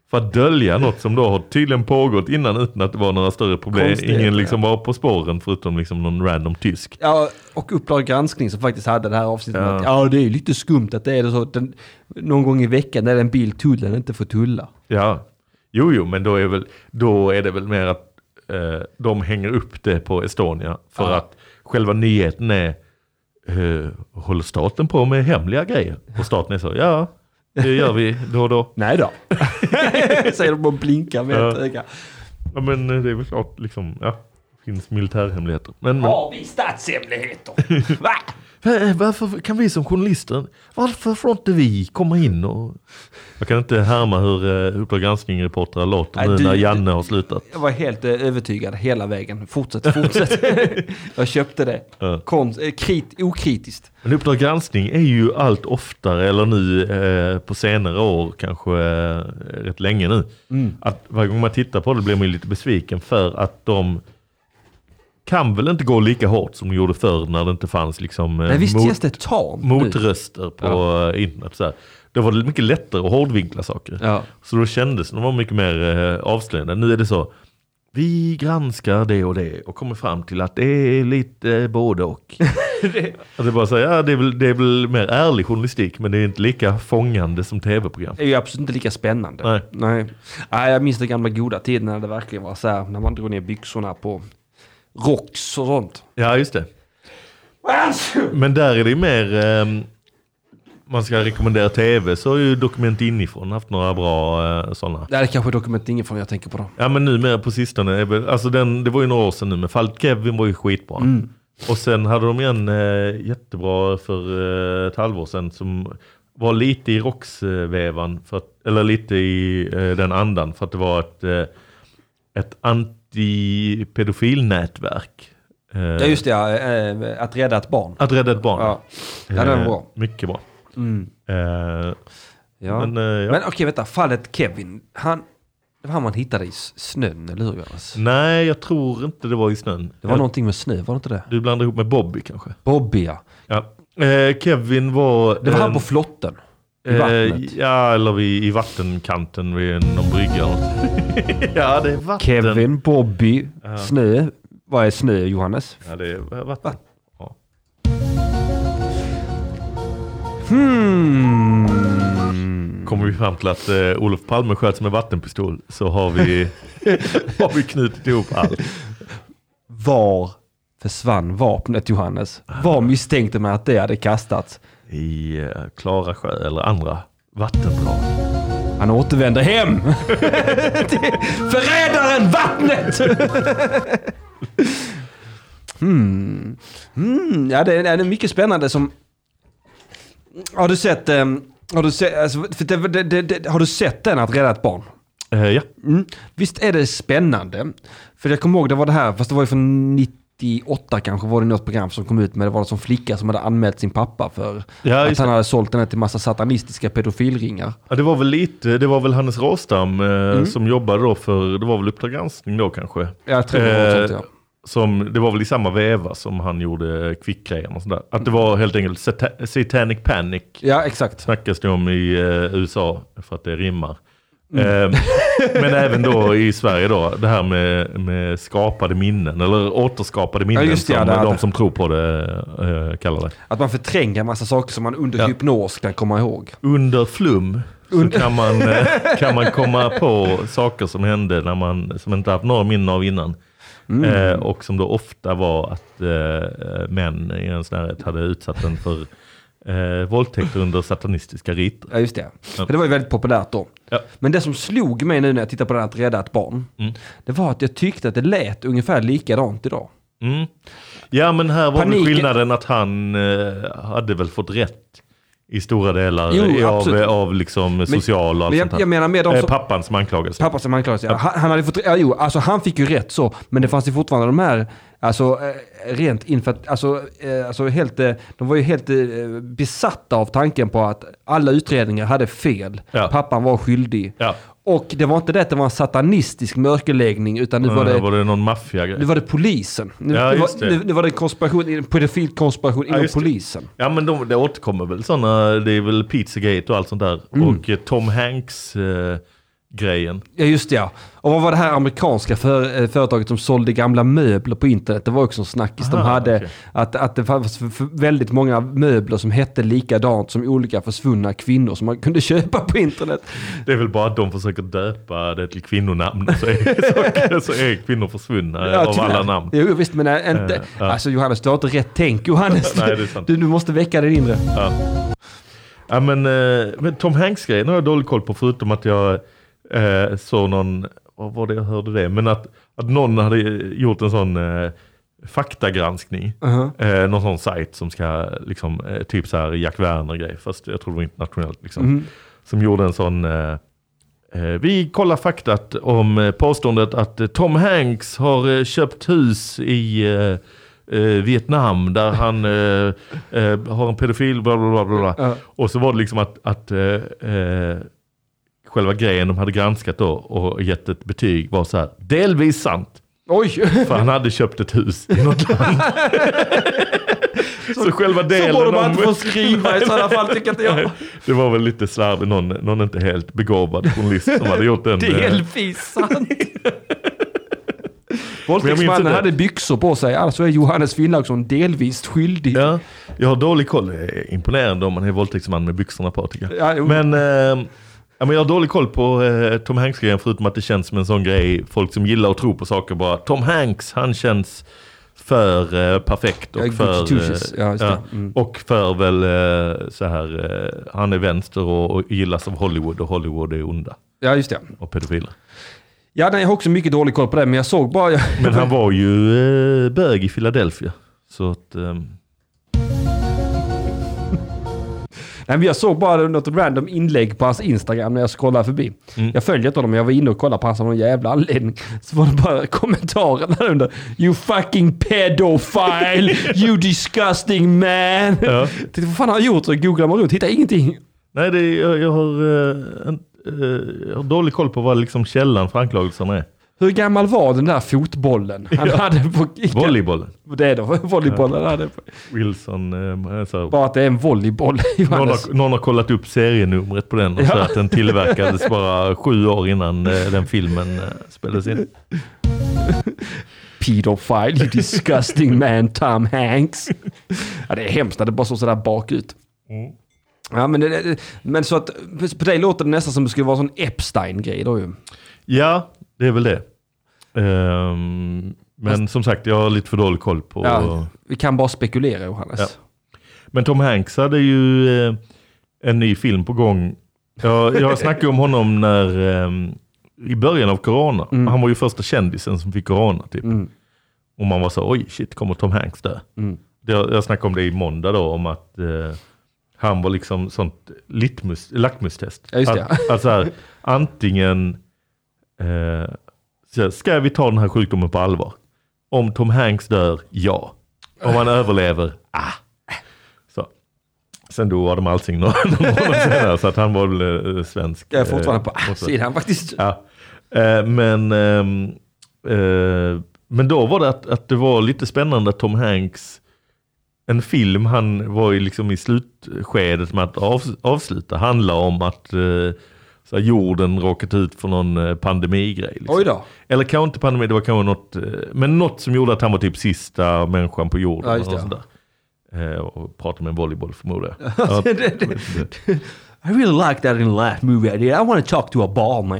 för att dölja något som då har tydligen pågått innan utan att det var några större problem. Konstigt, ingen liksom var på spåren förutom liksom någon random tysk. Ja, och Uppdrag granskning som faktiskt hade det här avsnittet. Ja, att, ja det är lite skumt att det är så. Den, någon gång i veckan är det en bil tullen inte får tulla. Ja, jo jo, men då är, väl, då är det väl mer att eh, de hänger upp det på Estonia för ja. att själva nyheten är eh, håller staten på med hemliga grejer? Och staten är så, ja, det gör vi då och då. Nej då. Säger de och blinkar med ja. ett öga. Ja, men det är väl klart, liksom, ja, det finns militärhemligheter. Men, Har vi statshemligheter? Va? Varför kan vi som journalister, varför får inte vi komma in och... Jag kan inte härma hur uh, Uppdrag granskning-reportrar låter Nej, nu du, när Janne har slutat. Jag var helt uh, övertygad hela vägen. Fortsätt, fortsätt. Jag köpte det. Uh. Konst, uh, krit, okritiskt. Men Uppdrag granskning är ju allt oftare, eller nu uh, på senare år, kanske uh, rätt länge nu. Mm. Att varje gång man tittar på det blir man lite besviken för att de... kan väl inte gå lika hårt som de gjorde förr när det inte fanns liksom Nej, visst mot, det tam, motröster på ja. internet. Så här. Det var mycket lättare att hårdvinkla saker. Ja. Så då kändes det var mycket mer eh, avslöjande. Nu är det så, vi granskar det och det och kommer fram till att det är lite eh, både och. det. Att det, bara så, ja, det, är väl, det är väl mer ärlig journalistik, men det är inte lika fångande som tv-program. Det är ju absolut inte lika spännande. Nej. Nej. Nej, jag minns den gamla goda tiden när det verkligen var så här, när man drog ner byxorna på rocks och sånt. Ja, just det. Men där är det mer eh, man ska rekommendera tv, så har ju Dokument inifrån haft några bra eh, sådana. Det är kanske Dokument inifrån jag tänker på då. Ja, men nu mer på sistone, alltså den, det var ju några år sedan nu, men fallet Kevin var ju skitbra. Mm. Och sen hade de en eh, jättebra för eh, ett halvår sedan som var lite i rocksvävan, för att, eller lite i eh, den andan, för att det var ett, eh, ett antipedofilnätverk. Ja, just det, ja. Att rädda ett barn. Att rädda ett barn. Ja, ja det var bra. Mycket bra. Mm. Uh, ja. Men, uh, ja. men okej, vänta. Fallet Kevin, han, det var han man hittade i snön, eller hur? Jonas? Nej, jag tror inte det var i snön. Det var jag, någonting med snö, var det inte det? Du blandade ihop med Bobby kanske. Bobby, ja. ja. Uh, Kevin var... Det var uh, han på flotten. I uh, vattnet. Ja, eller vid, i vattenkanten vid någon brygga. Ja, det är vatten. Kevin, Bobby, uh. snö. Vad är snö, Johannes? Ja, det är vatten. Ja. Hmm. Kommer vi fram till att uh, Olof Palme sköts med vattenpistol, så har vi, har vi knutit ihop allt. Var försvann vapnet, Johannes? Var misstänkte man att det hade kastats? I uh, Klara sjö eller andra vattendrag. Han återvänder hem. Förrädaren, vattnet! hmm. Hmm. Ja, det är, det är mycket spännande som... Har du sett... Um, har, du sett alltså, för det, det, det, det, har du sett den, att rädda ett barn? Uh, ja. Mm. Visst är det spännande? För jag kommer ihåg, det var det här, fast det var ju från nittioåtta kanske, var det något program som kom ut med, det var det som flicka som hade anmält sin pappa för ja, att han hade sålt den till massa satanistiska pedofilringar. Ja, det var väl lite, det var väl Hannes Råstam eh, mm. som jobbade då för, det var väl Uppdrag granskning då kanske. Jag tror det var sånt, ja. Som, det var väl i samma veva som han gjorde kvickgrejen och sådär. Att det var helt enkelt sat- Satanic Panic. Ja, exakt. Snackas det om i eh, U S A för att det rimmar. Mm. Eh, men även då i Sverige då, det här med, med skapade minnen, eller återskapade minnen, ja, just det, som ja, det, de som tror på det eh, kallar det. Att man förtränger massa saker som man under ja. hypnos kan komma ihåg. Under flum så kan man, eh, kan man komma på saker som hände när man, som inte haft några minnen av innan. Mm. Eh, och som då ofta var att eh, män i ens närhet hade utsatt den för eh, våldtäkter under satanistiska riter. Ja, just det. Ja. Det var ju väldigt populärt då. Ja. Men det som slog mig nu när jag tittade på den att rädda ett barn, mm. det var att jag tyckte att det lät ungefär likadant idag. Mm. Ja, men här var väl skillnaden att han eh, hade väl fått rätt i stora delar jo, av, av liksom social och allt men jag, sånt här. Jag menar med de som, så, pappan som anklagades. Pappan som anklagades, ja. Han, han hade fått, ja, jo, alltså han fick ju rätt så, men det fanns ju fortfarande de här, alltså rent inför, alltså, alltså helt, de var ju helt besatta av tanken på att alla utredningar hade fel. Ja. Pappan var skyldig. Ja. Och det var inte det att det var en satanistisk mörkerläggning, utan nu var det, var det någon maffia. Nu var det polisen. Nu, ja, nu, var, nu, nu var det en konspiration, en pedofilkonspiration ja, inom polisen. Det. Ja, men de, det återkommer väl sådana, det är väl Pizzagate och allt sånt där. Mm. Och Tom Hanks eh, grejen. Ja, just det, ja. Och vad var det här amerikanska för, företaget som sålde gamla möbler på internet? Det var också en snackis. Aha, de hade okay. att, att det fanns för, för väldigt många möbler som hette likadant som olika försvunna kvinnor som man kunde köpa på internet. Det är väl bara att de försöker döpa det till kvinnonamn så är, så, så är kvinnor försvunna ja, av tyvärr. Alla namn. Jo, visst, men inte... Uh, uh. Alltså Johannes, du har inte rätt tänk, Johannes. Nej, det är sant. Du, du måste väcka det inre. Ja. Ja, men, men Tom Hanks-grejen har jag dålig koll på, förutom att jag eh, såg någon, vad var det jag hörde det, men att, att någon hade gjort en sån eh, faktagranskning, uh-huh. eh, någon sån sajt som ska liksom, eh, typ så här Jack Werner-grej, fast jag tror det var internationellt liksom, mm. som gjorde en sån eh, eh, vi kollar faktat om eh, påståendet att eh, Tom Hanks har eh, köpt hus i eh, Uh, Vietnam där han uh, uh, har en pedofil bla bla bla bla. Uh. Och så var det liksom att, att uh, uh, själva grejen de hade granskat då och gett ett betyg var så här delvis sant. Oj. För han hade köpt ett hus i något land. så, så själva delen så borde man om... inte få skriva i sådana fall, tycker inte jag. Det var väl lite slarv, någon, någon inte helt begåvad journalist som hade gjort den. Delvis sant. Våldtäktsmannen hade byxor på sig, alltså är Johannes Finnlaugsson delvis skyldig. Ja, jag har dålig koll. Det är imponerande om man är våldtäktsman med byxorna på, tycker jag. Ja, men, eh, ja, men jag har dålig koll på eh, Tom Hanks-grejen, förutom att det känns som en sån grej. Folk som gillar att tro på saker bara, Tom Hanks, han känns för eh, perfekt och ja, för eh, ja, ja, mm. och för väl eh, så här eh, han är vänster och, och gillas av Hollywood och Hollywood är onda. Ja, just det. Och pedofiler. Ja, nej, jag har också mycket dålig koll på det, men jag såg bara... Jag... Men han var ju eh, bög i Philadelphia, så att... Eh... Nej, men jag såg bara något random inlägg på hans Instagram när jag scrollade förbi. Mm. Jag följde inte honom, men jag var inne och kollade på hans av någon jävla anledning. Så var det bara kommentarer där under. You fucking pedophile! You disgusting man! Ja. Titta, vad fan har han gjort? Så googlar man runt, hittar ingenting. Nej, det är, jag, jag har... Uh, en... Jag har dålig koll på vad liksom källan för anklagelserna är. Hur gammal var den där fotbollen? Han ja. hade på... Volleybollen. Det är då, volleybollen ja. hade på. Wilson. Eh, så... Bara att det är en volleyboll. Någon har, någon har kollat upp serienumret på den och ja. så att den tillverkades bara sju år innan eh, den filmen eh, spelades in. Pedophile, you disgusting man, Tom Hanks. Ja, det är hemskt när det bara så sådär bakut. Mm. Ja, men, det, men så att på dig låter det nästan som det skulle vara en sån Epstein-grej då ju. Ja, det är väl det. Um, men Fast, som sagt, jag har lite för dålig koll på... Ja, vi kan bara spekulera, Johannes. Ja. Men Tom Hanks hade ju eh, en ny film på gång. Jag, jag snackade om honom när eh, i början av corona. Mm. Han var ju första kändisen som fick corona typ. Mm. Och man var så, oj shit, kommer Tom Hanks där? Mm. Jag, jag snackade om det i måndag då, om att... Eh, han var liksom sånt litmus, lackmustest. Ja, just det. Att, alltså här, antingen eh, så ska vi ta den här sjukdomen på allvar? Om Tom Hanks dör, ja. Om han överlever, ah. Så. Sen då var de allting några månader senare, så att han var väl eh, svensk. Jag är fortfarande på ah, sidan faktiskt. Ja. Eh, men, eh, eh, men då var det att, att det var lite spännande att Tom Hanks... En film han var ju liksom i slutskedet med att av, avsluta handlar om att eh, så här, jorden råkat ut för någon eh, pandemigrej. Liksom. Oj då. Eller kanske inte pandemi, det var kanske något, eh, men något som gjorde att han var typ sista människan på jorden. Ja, just det. Och, sådär. Eh, och pratade med en volleyboll förmodligen. Ja. I really like that in the last movie I did. I want to talk to a ball, man.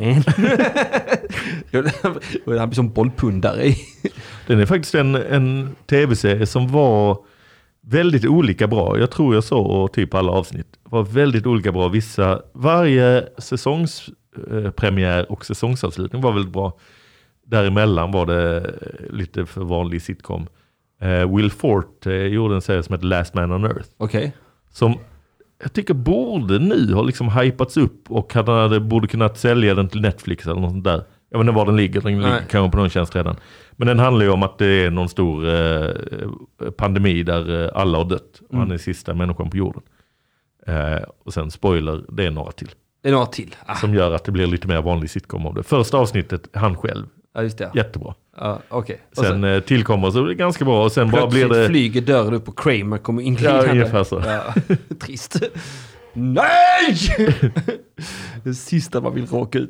Han blir som bollpundare. Den är faktiskt en, en tv-serie som var väldigt olika bra. Jag tror jag så typ alla avsnitt. Var väldigt olika bra. Vissa, varje säsongspremiär och säsongsavslutning var väldigt bra. Däremellan var det lite för vanlig sitcom. Uh, Will Forte uh, gjorde en serie som heter Last Man on Earth. Okej. Okay. Som jag tycker borde nu ha liksom hypats upp och han hade, borde kunnat sälja den till Netflix eller något sånt där. Jag vet inte var den ligger. Den ligger kanske på någon tjänst redan. Men den handlar ju om att det är någon stor eh, pandemi där eh, alla har dött. Och mm. han är sista människan på jorden. Eh, och sen spoiler, det är några till. Det är några till. Ah. Som gör att det blir lite mer vanlig sitcom av det. Första avsnittet, han själv. Ja, just det. Jättebra. Ja, okay. Sen, sen eh, tillkommer så är det ganska bra. Och sen bara blir det... flyger dörren upp och Kramer kommer in. Ja, ungefär så. Ja, trist. Nej! Det sista man vill råka ut för.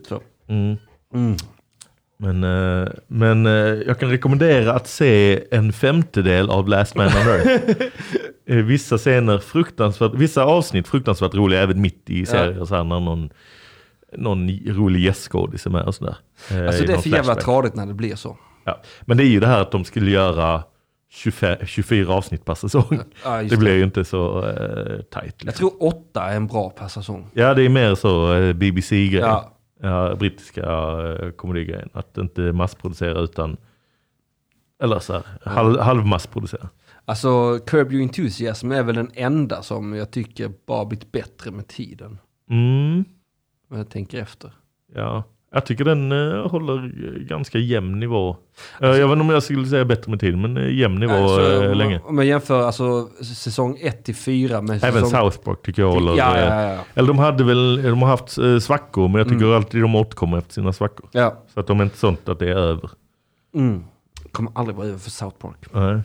Mm. Mm. Men, uh, men uh, jag kan rekommendera att se en femtedel av Last Man on Earth. uh, vissa scener fruktansvärt, vissa avsnitt fruktansvärt roliga även mitt i serier. Ja. Så här, när någon, någon rolig gästskådis är med och sådär. Uh, alltså det är för jävla tradigt när det blir så. Ja. Men det är ju det här att de skulle göra tjugofem, tjugofyra avsnitt per säsong. Ja, det blir ju inte så uh, tajt. Liksom. Jag tror åtta är en bra per säsong. Ja, det är mer så uh, B B C-grej. Ja. Ja, brittiska uh, komedigrejen. Att inte massproducera utan eller så här, halv, halvmassproducera. Alltså Curb Your Enthusiasm är väl den enda som jag tycker bara blivit bättre med tiden. Mm. Men jag tänker efter. Ja, jag tycker den uh, håller ganska jämn nivå. Uh, jag vet inte om jag skulle säga bättre med tiden, men uh, jämn nivå alltså, uh, länge. Om jag jämför alltså säsong ett till fyra med även säsong... South Park tycker jag håller. Ja, ja, ja. Eller de hade väl, de har haft uh, svackor, men jag tycker mm. alltid de återkommer efter sina svackor. Ja. Så att de är inte sånt att det är över. Mm. Kommer aldrig vara över för South Park. Nej.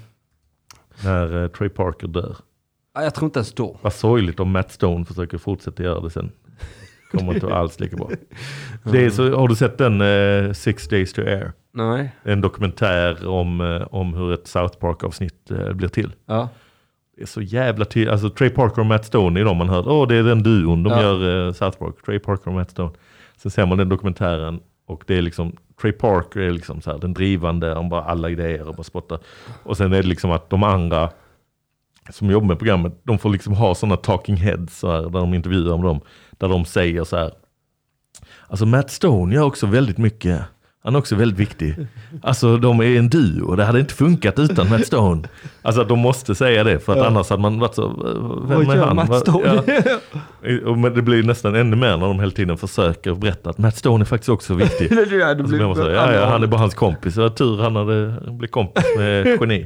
När uh, Trey Parker dör. Ja, jag tror inte ens då. Vad sorgligt om Matt Stone försöker fortsätta göra det sen. Kommer inte alls lika bra. Det är så, har du sett den uh, Six Days to Air? Nej. En dokumentär om, uh, om hur ett South Park-avsnitt uh, blir till. Ja. Det är så jävla till. Alltså Trey Parker och Matt Stone är de man hör. Åh, oh, det är den duon. De ja. gör uh, South Park. Trey Parker och Matt Stone. Sen ser man den dokumentären och det är liksom Trey Parker är liksom så här, den drivande om bara alla idéer och bara spottar. Och sen är det liksom att de andra som jobbar med programmet, de får liksom ha sådana talking heads så här, där de intervjuar om dem. Där de säger så här. Alltså Matt Stone gör också väldigt mycket. Han är också väldigt viktig. Alltså de är en duo. Det hade inte funkat utan Matt Stone. Alltså de måste säga det. För att ja. annars hade man varit så. Vem är han? Matt Stone. Ja. Men det blir nästan ännu mer när de hela tiden försöker berätta att Matt Stone är faktiskt också viktig. ja, det blir så, ja, ja, han är bara hans kompis. Det var tur han hade blivit kompis med geni.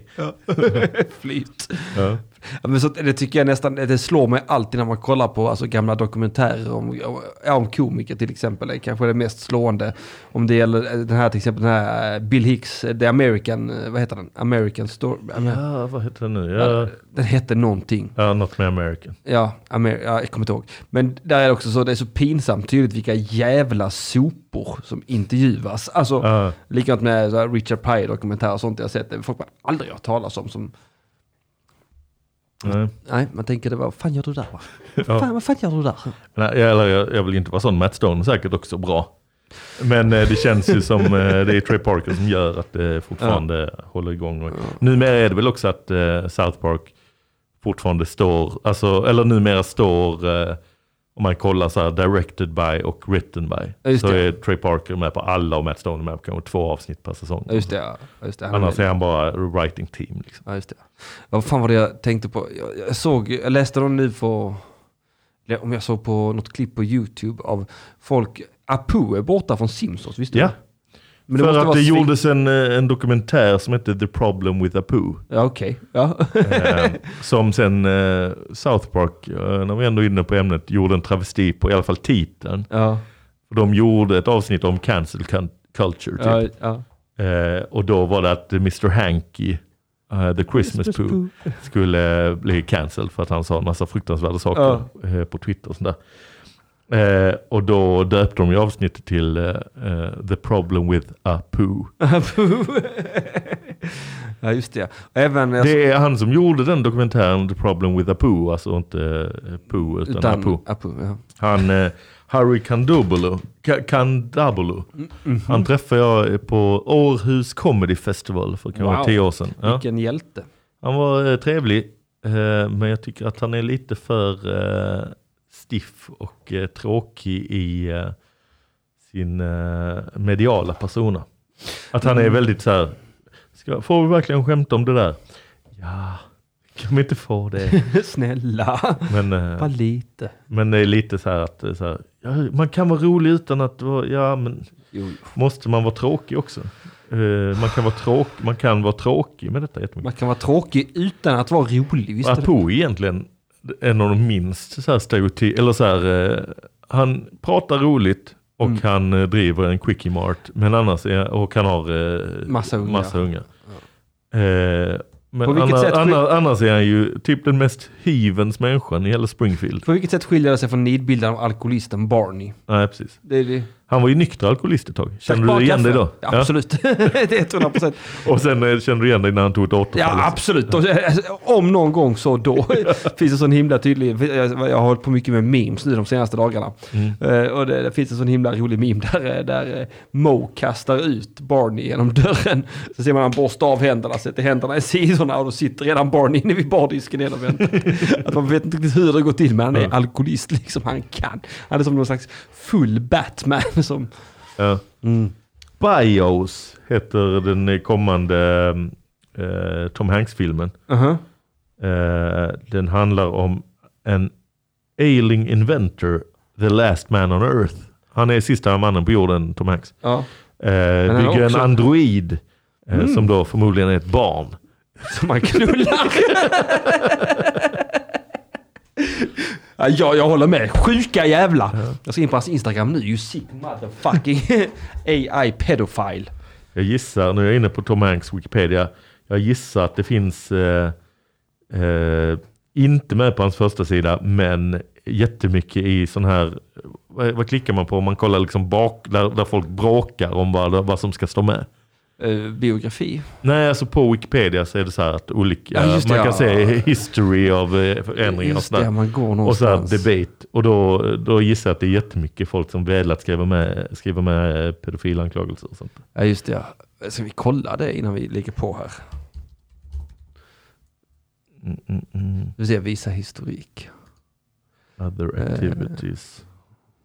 Flyt. Ja. Ja, men så, det tycker jag nästan, det slår mig alltid när man kollar på alltså, gamla dokumentärer om, om komiker till exempel, är kanske det mest slående. Om det gäller den här till exempel, den här Bill Hicks, The American, vad heter den? American Story. Ja, vad heter den nu? Ja. Den heter någonting. Ja, något med American. Ja, Amer- ja, jag kommer inte ihåg. Men där är det också så, det är så pinsamt tydligt vilka jävla sopor som intervjuas. Alltså, ja. likadant med så här, Richard Pryor dokumentärer och sånt jag har sett, det folk man aldrig har talat om som Nej. Nej, man tänker det var, vad fan gör du där va? Vad fan, ja. vad fan gör du där? Nej, jag, jag, jag vill inte vara sån. Matt Stone är säkert också bra. Men eh, det känns ju som eh, det är Trey Parker som gör att det fortfarande ja. håller igång. Ja. Numera är det väl också att eh, South Park fortfarande står, alltså, eller numera står, eh, om man kollar så här, directed by och written by. Ja, så det. är Trey Parker med på alla och Matt Stone med på kanske två avsnitt per säsong. Ja, just det, ja. Just det. Han Annars är, är han bara writing team. Liksom. Ja, just det. Vad fan var det jag tänkte på? Jag, jag såg, jag läste dem nu på, om jag såg på något klipp på YouTube av folk, Apu är borta från Simpsons, visste ja. du? Men det för att det sving... gjordes en, en dokumentär som heter The Problem with Apu. Ja, okej. Okay. Ja. eh, som sen eh, South Park, eh, när vi ändå är inne på ämnet, gjorde en travesti på i alla fall titeln. Ja. De gjorde ett avsnitt om cancel culture typ. Ja, ja. Eh, och då var det att mister Hanky, uh, The Christmas, Christmas Pooh, skulle uh, bli cancelled för att han sa en massa fruktansvärda saker ja. uh, på Twitter och sådär. Uh, och då döpte de ju avsnittet till uh, uh, The Problem with a Pooh. Ja, just det. Även, det är så... han som gjorde den dokumentären The Problem with a Pooh, alltså inte uh, Pooh utan, utan Apu. Apu ja. Han, uh, Harry Kandabolu, Kandabolu. Mm, mm-hmm. Han träffade jag på Århus Comedy Festival för kanske wow. tio år sedan. Ja. Vilken hjälte. Han var uh, trevlig, uh, men jag tycker att han är lite för... Uh, stiff och eh, tråkig i eh, sin eh, mediala persona. Att han är väldigt så här, ska, får vi verkligen skämta om det där? Ja, kan vi inte få det? Snälla, men, eh, bara lite. Men det är lite så här att så här, ja, man kan vara rolig utan att vara, ja men jo. Måste man vara tråkig också? Uh, man kan vara tråkig, man kan vara tråkig med detta jättemycket. Man kan vara tråkig utan att vara rolig, visst? Apu egentligen en av de minst så här stereotyp, eller så här, eh, han pratar roligt och mm. han eh, driver en quickie mart, men annars är, och han har eh, massa unga. Massa unga. Ja. Eh, men anna, sätt, anna, annars är han ju typ den mest hyvens människan i hela Springfield. På vilket sätt skiljer det sig från nidbilden av alkoholisten Barney? Nej, precis. Det är det. Han var ju nykter alkoholist ett tag. Känner du igen dig då? Ja, absolut. Det är hundra procent. Och sen känner du igen dig när han tog ett återfall? Ja, absolut. Om någon gång så då. Finns det sån himla tydlig... Jag, jag har hållit på mycket med memes nu de senaste dagarna. Mm. Och det, det finns en sån himla rolig meme där, där Mo kastar ut Barney genom dörren. Så ser man han borstar av händerna, sätter händerna i sidorna och då sitter redan Barney inne vid bardisken igen och väntar. Att man vet inte riktigt hur det går till, men han är alkoholist liksom. Han kan. Han är som någon slags full Batman. Som... Ja. Mm. Bios heter den kommande eh, Tom Hanks-filmen. Uh-huh. Eh, den handlar om en ailing inventor, the last man on earth. Han är sista mannen på jorden, Tom Hanks. Ja. Eh, bygger också... en android eh, mm. som då förmodligen är ett barn. Som man knullar. Ja, jag håller med. Sjuka jävla. Ja. Jag ska in på hans Instagram nu. You see motherfucking A I pedophile. Jag gissar, nu är jag inne på Tom Hanks Wikipedia. Jag gissar att det finns eh, eh, inte med på hans första sida, men jättemycket i sån här, vad, vad klickar man på om man kollar liksom bak, där, där folk bråkar om vad, vad som ska stå med. Uh, biografi? Nej, alltså på Wikipedia så är det så här att olika, ja, det, man kan ja. se history av förändringar och sådär. Man går och så här debate. Och då, då gissar jag att det är jättemycket folk som velat skriva med, skriva med pedofilanklagelser och sånt. Ja, just det. Ja. Ska vi kolla det innan vi lägger på här? Mm, mm, mm. Du ser, visa historik. Other activities. Uh.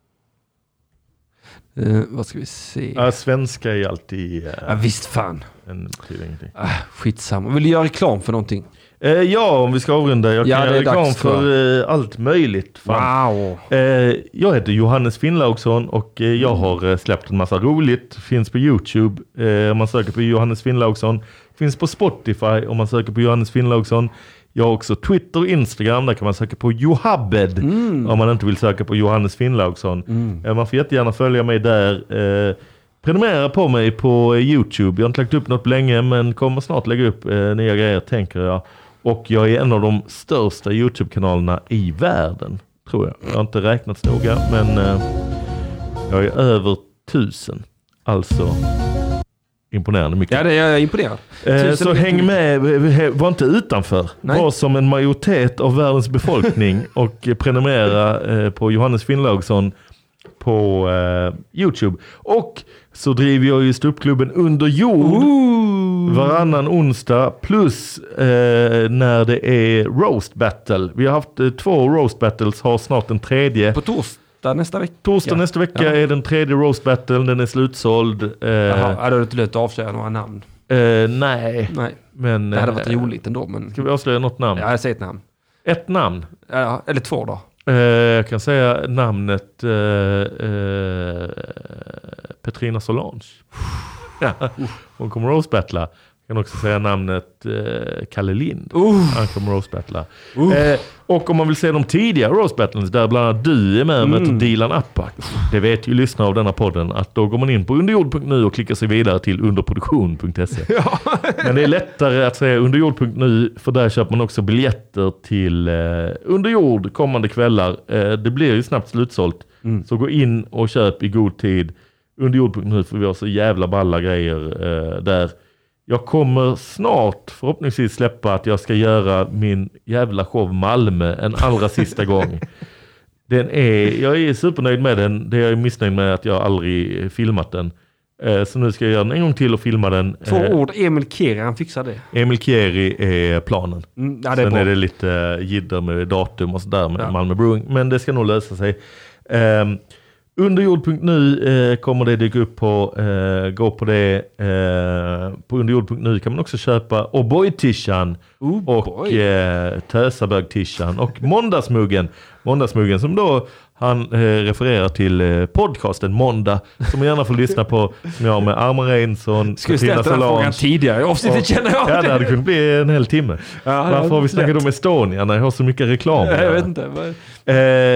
Uh, vad ska vi se? Ja, svenska är alltid... Uh, ja, visst fan. En uh, skitsamma. Vill du göra reklam för någonting? Uh, ja, om vi ska avrunda. Jag kan ja, göra reklam dags, för uh, allt möjligt. Fan. Wow. Uh, jag heter Johannes Finnlaugsson och uh, jag har uh, släppt en massa roligt. Finns på YouTube uh, om man söker på Johannes Finnlaugsson. Finns på Spotify om man söker på Johannes Finnlaugsson. Jag har också Twitter och Instagram, där kan man söka på Johabed mm. om man inte vill söka på Johannes Finnlaugsson. Mm. Man får jättegärna följa mig där. Eh, prenumerera på mig på YouTube. Jag har inte lagt upp något länge, men kommer snart lägga upp eh, nya grejer, tänker jag. Och jag är en av de största YouTube-kanalerna i världen, tror jag. Jag har inte räknat noga, men eh, jag är över tusen. Alltså... imponerande mycket. Ja, det är jag imponerad. Eh, så häng med, var inte utanför. Nej. Var som en majoritet av världens befolkning och prenumerera eh, på Johannes Finnlaugsson på eh, YouTube. Och så driver jag ju ståuppklubben Under jord Ooh. varannan onsdag plus eh, när det är roast battle. Vi har haft eh, två roast battles, har snart en tredje. På torsdag. Nästa vecka. Torsdag nästa vecka ja. är den tredje roast battle. Den är slutsåld. Eh, Jaha, hade du inte löst att avslöja några namn? Eh, nej. nej. Men, det hade varit eh, roligt ändå. Men... Ska vi avslöja något namn? Ja, jag säger ett namn. Ett namn? Ja, eller två då. Eh, jag kan säga namnet eh, eh, Petrina Solange. Ja, hon kommer roast battla. Jag kan också säga namnet eh, Kalle Lind. Uh. Han kommer roast battla. Uh. Eh, och om man vill se de tidiga roast battles där bland annat du är med med mm. Dilan Apak. Det vet ju lyssnare av denna podden att då går man in på underjord punkt nu och klickar sig vidare till underproduktion punkt se. Ja. Men det är lättare att säga underjord punkt nu, för där köper man också biljetter till eh, underjord kommande kvällar. Eh, det blir ju snabbt slutsålt. Mm. Så gå in och köp i god tid. underjord punkt nu, för vi har så jävla balla grejer eh, där. Jag kommer snart förhoppningsvis släppa att jag ska göra min jävla show Malmö en allra sista gång. Den är, jag är supernöjd med den. Det är jag missnöjd med att jag aldrig filmat den. Så nu ska jag göra den en gång till och filma den. Två ord, Emil Keri, han fixar det. Emil Keri är planen. Mm, ja, det är Sen bra. är det lite jidder med datum och sådär med ja. Malmö Brewing. Men det ska nog lösa sig. Um, Underjord punkt nu eh, kommer det dyka upp på. Eh, gå på det. Eh, på underjord punkt nu kan man också köpa O'boy-tishan oh och eh, Tösabög-tishan och Måndagsmuggen. Måndagsmuggen som då han eh, refererar till eh, podcasten Måndag som man gärna får lyssna på, som jag med Arman Reinsson. Ska vi ställa den frågan tidigare? Avsnittet känner jag. Ja, det hade kunnat bli en hel timme. Ja, varför har vi snackat om Estonia när jag har så mycket reklam? Ja, jag vet inte. Eh,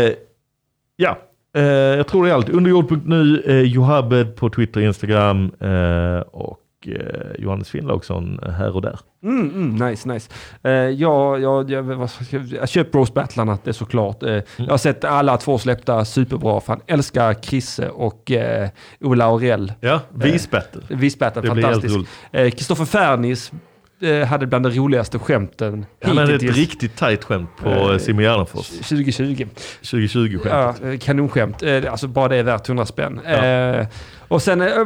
ja. Uh, jag tror det är allt. Underjord punkt nu, uh, Johabed på Twitter och Instagram uh, och eh, Johannes Finnlaugsson här och där. Mm, mm, nice, nice. Uh, ja, jag, jag, vad ska jag, jag köper Roast Battlarna, det är såklart. Uh, mm. Jag har sett alla två släppta superbra. Fan, älskar Krisse och uh, Ola Aurell. Ja, Visbattle. Uh, Visbattle, fantastiskt. Kristoffer Fernis uh, hade bland de roligaste skämten. Han hade ett riktigt tajt skämt på uh, Simon Gärdenfors. tjugo tjugo. tjugo tjugo skämt. Ja, kanonskämt. Uh, alltså bara det är värt hundra spänn. Ja. Uh, Och sen, äh,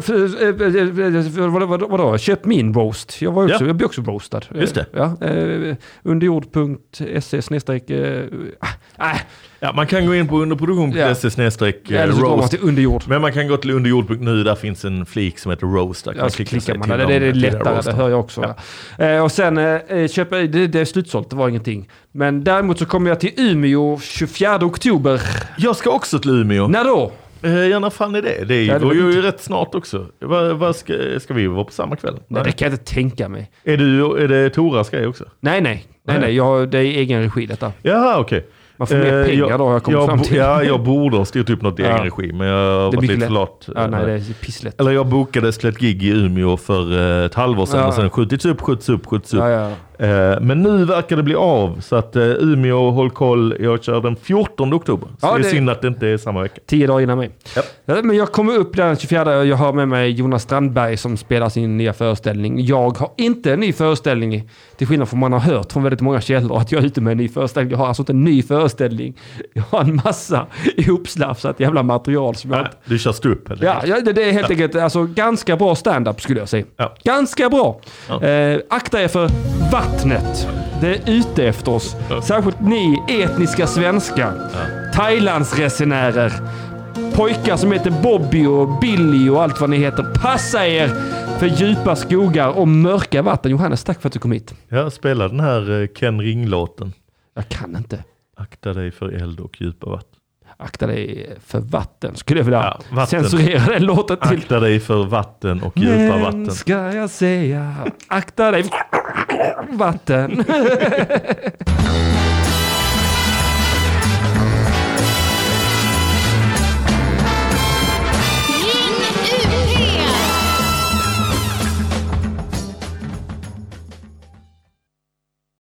vadå, vadå, vadå, köp min roast. Jag, var också, ja. jag blev också roastad. Just det. Ja, äh, underjord punkt se snedstreck äh, Ja, man kan gå in på underproduktion punkt se snedstreck roast. Underjord. Men man kan gå till underjord punkt nu, där finns en flik som heter roast. Där kan ja, klickar man. Det, det är lättare, det hör jag också. Ja. Äh, och sen, äh, köpa, det, det är slutsålt, det var ingenting. Men däremot så kommer jag till Umeå tjugofjärde oktober. Jag ska också till Umeå. När då? Ja, när fan är det? Det är ju, ja, det ju inte... rätt snart också. Vad, vad ska, ska vi vara på samma kväll? Nej. Nej, det kan jag inte tänka mig. Är, du, är det Toras grej också? Nej, nej. Nej, nej. Jag, det är egen regi detta. Jaha, okej. Okay. Man får mer pengar jag, då, jag kommer jag, fram till. Ja, jag borde ha styrt upp något i ja. egen regi, men jag har varit lite för lat. Ja, nej, det är pisslätt. Eller jag bokade ett gig i Umeå för ett halvår sedan, ja. och sen skjutits upp, skjuts upp, skjuts upp. Ja, ja. Men nu verkar det bli av, så att Umeå, håll koll, jag kör den fjortonde oktober. Så ja, det är det... synd att det inte är samma vecka. Tio dagar innan mig. Ja. Ja, men jag kommer upp den tjugofjärde och jag har med mig Jonas Strandberg som spelar sin nya föreställning. Jag har inte en ny föreställning, till skillnad från man har hört från väldigt många källor att jag är ute med en ny föreställning. Jag har alltså inte en ny föreställning. Jag har en massa ihopslafsat jävla material som jag... Ja, du kör ståupp eller? Ja, ja, det, det är helt ja. enkelt alltså, ganska bra stand-up skulle jag säga. Ja. Ganska bra. Ja. Eh, akta er för vattnet. Det är ute efter oss. Ja. Särskilt ni etniska svenskar. Ja. Thailandsresenärer. Pojkar som heter Bobby och Billy och allt vad ni heter. Passa er för djupa skogar och mörka vatten. Johannes, tack för att du kom hit. Jag spelar den här Ken Ring-låten. Jag kan inte. Akta dig för eld och djupa vatten. Akta dig för vatten. Skulle jag vilja ja, censurera den låten till. Akta dig för vatten och djupa Men vatten. Ska jag säga. Akta dig för vatten.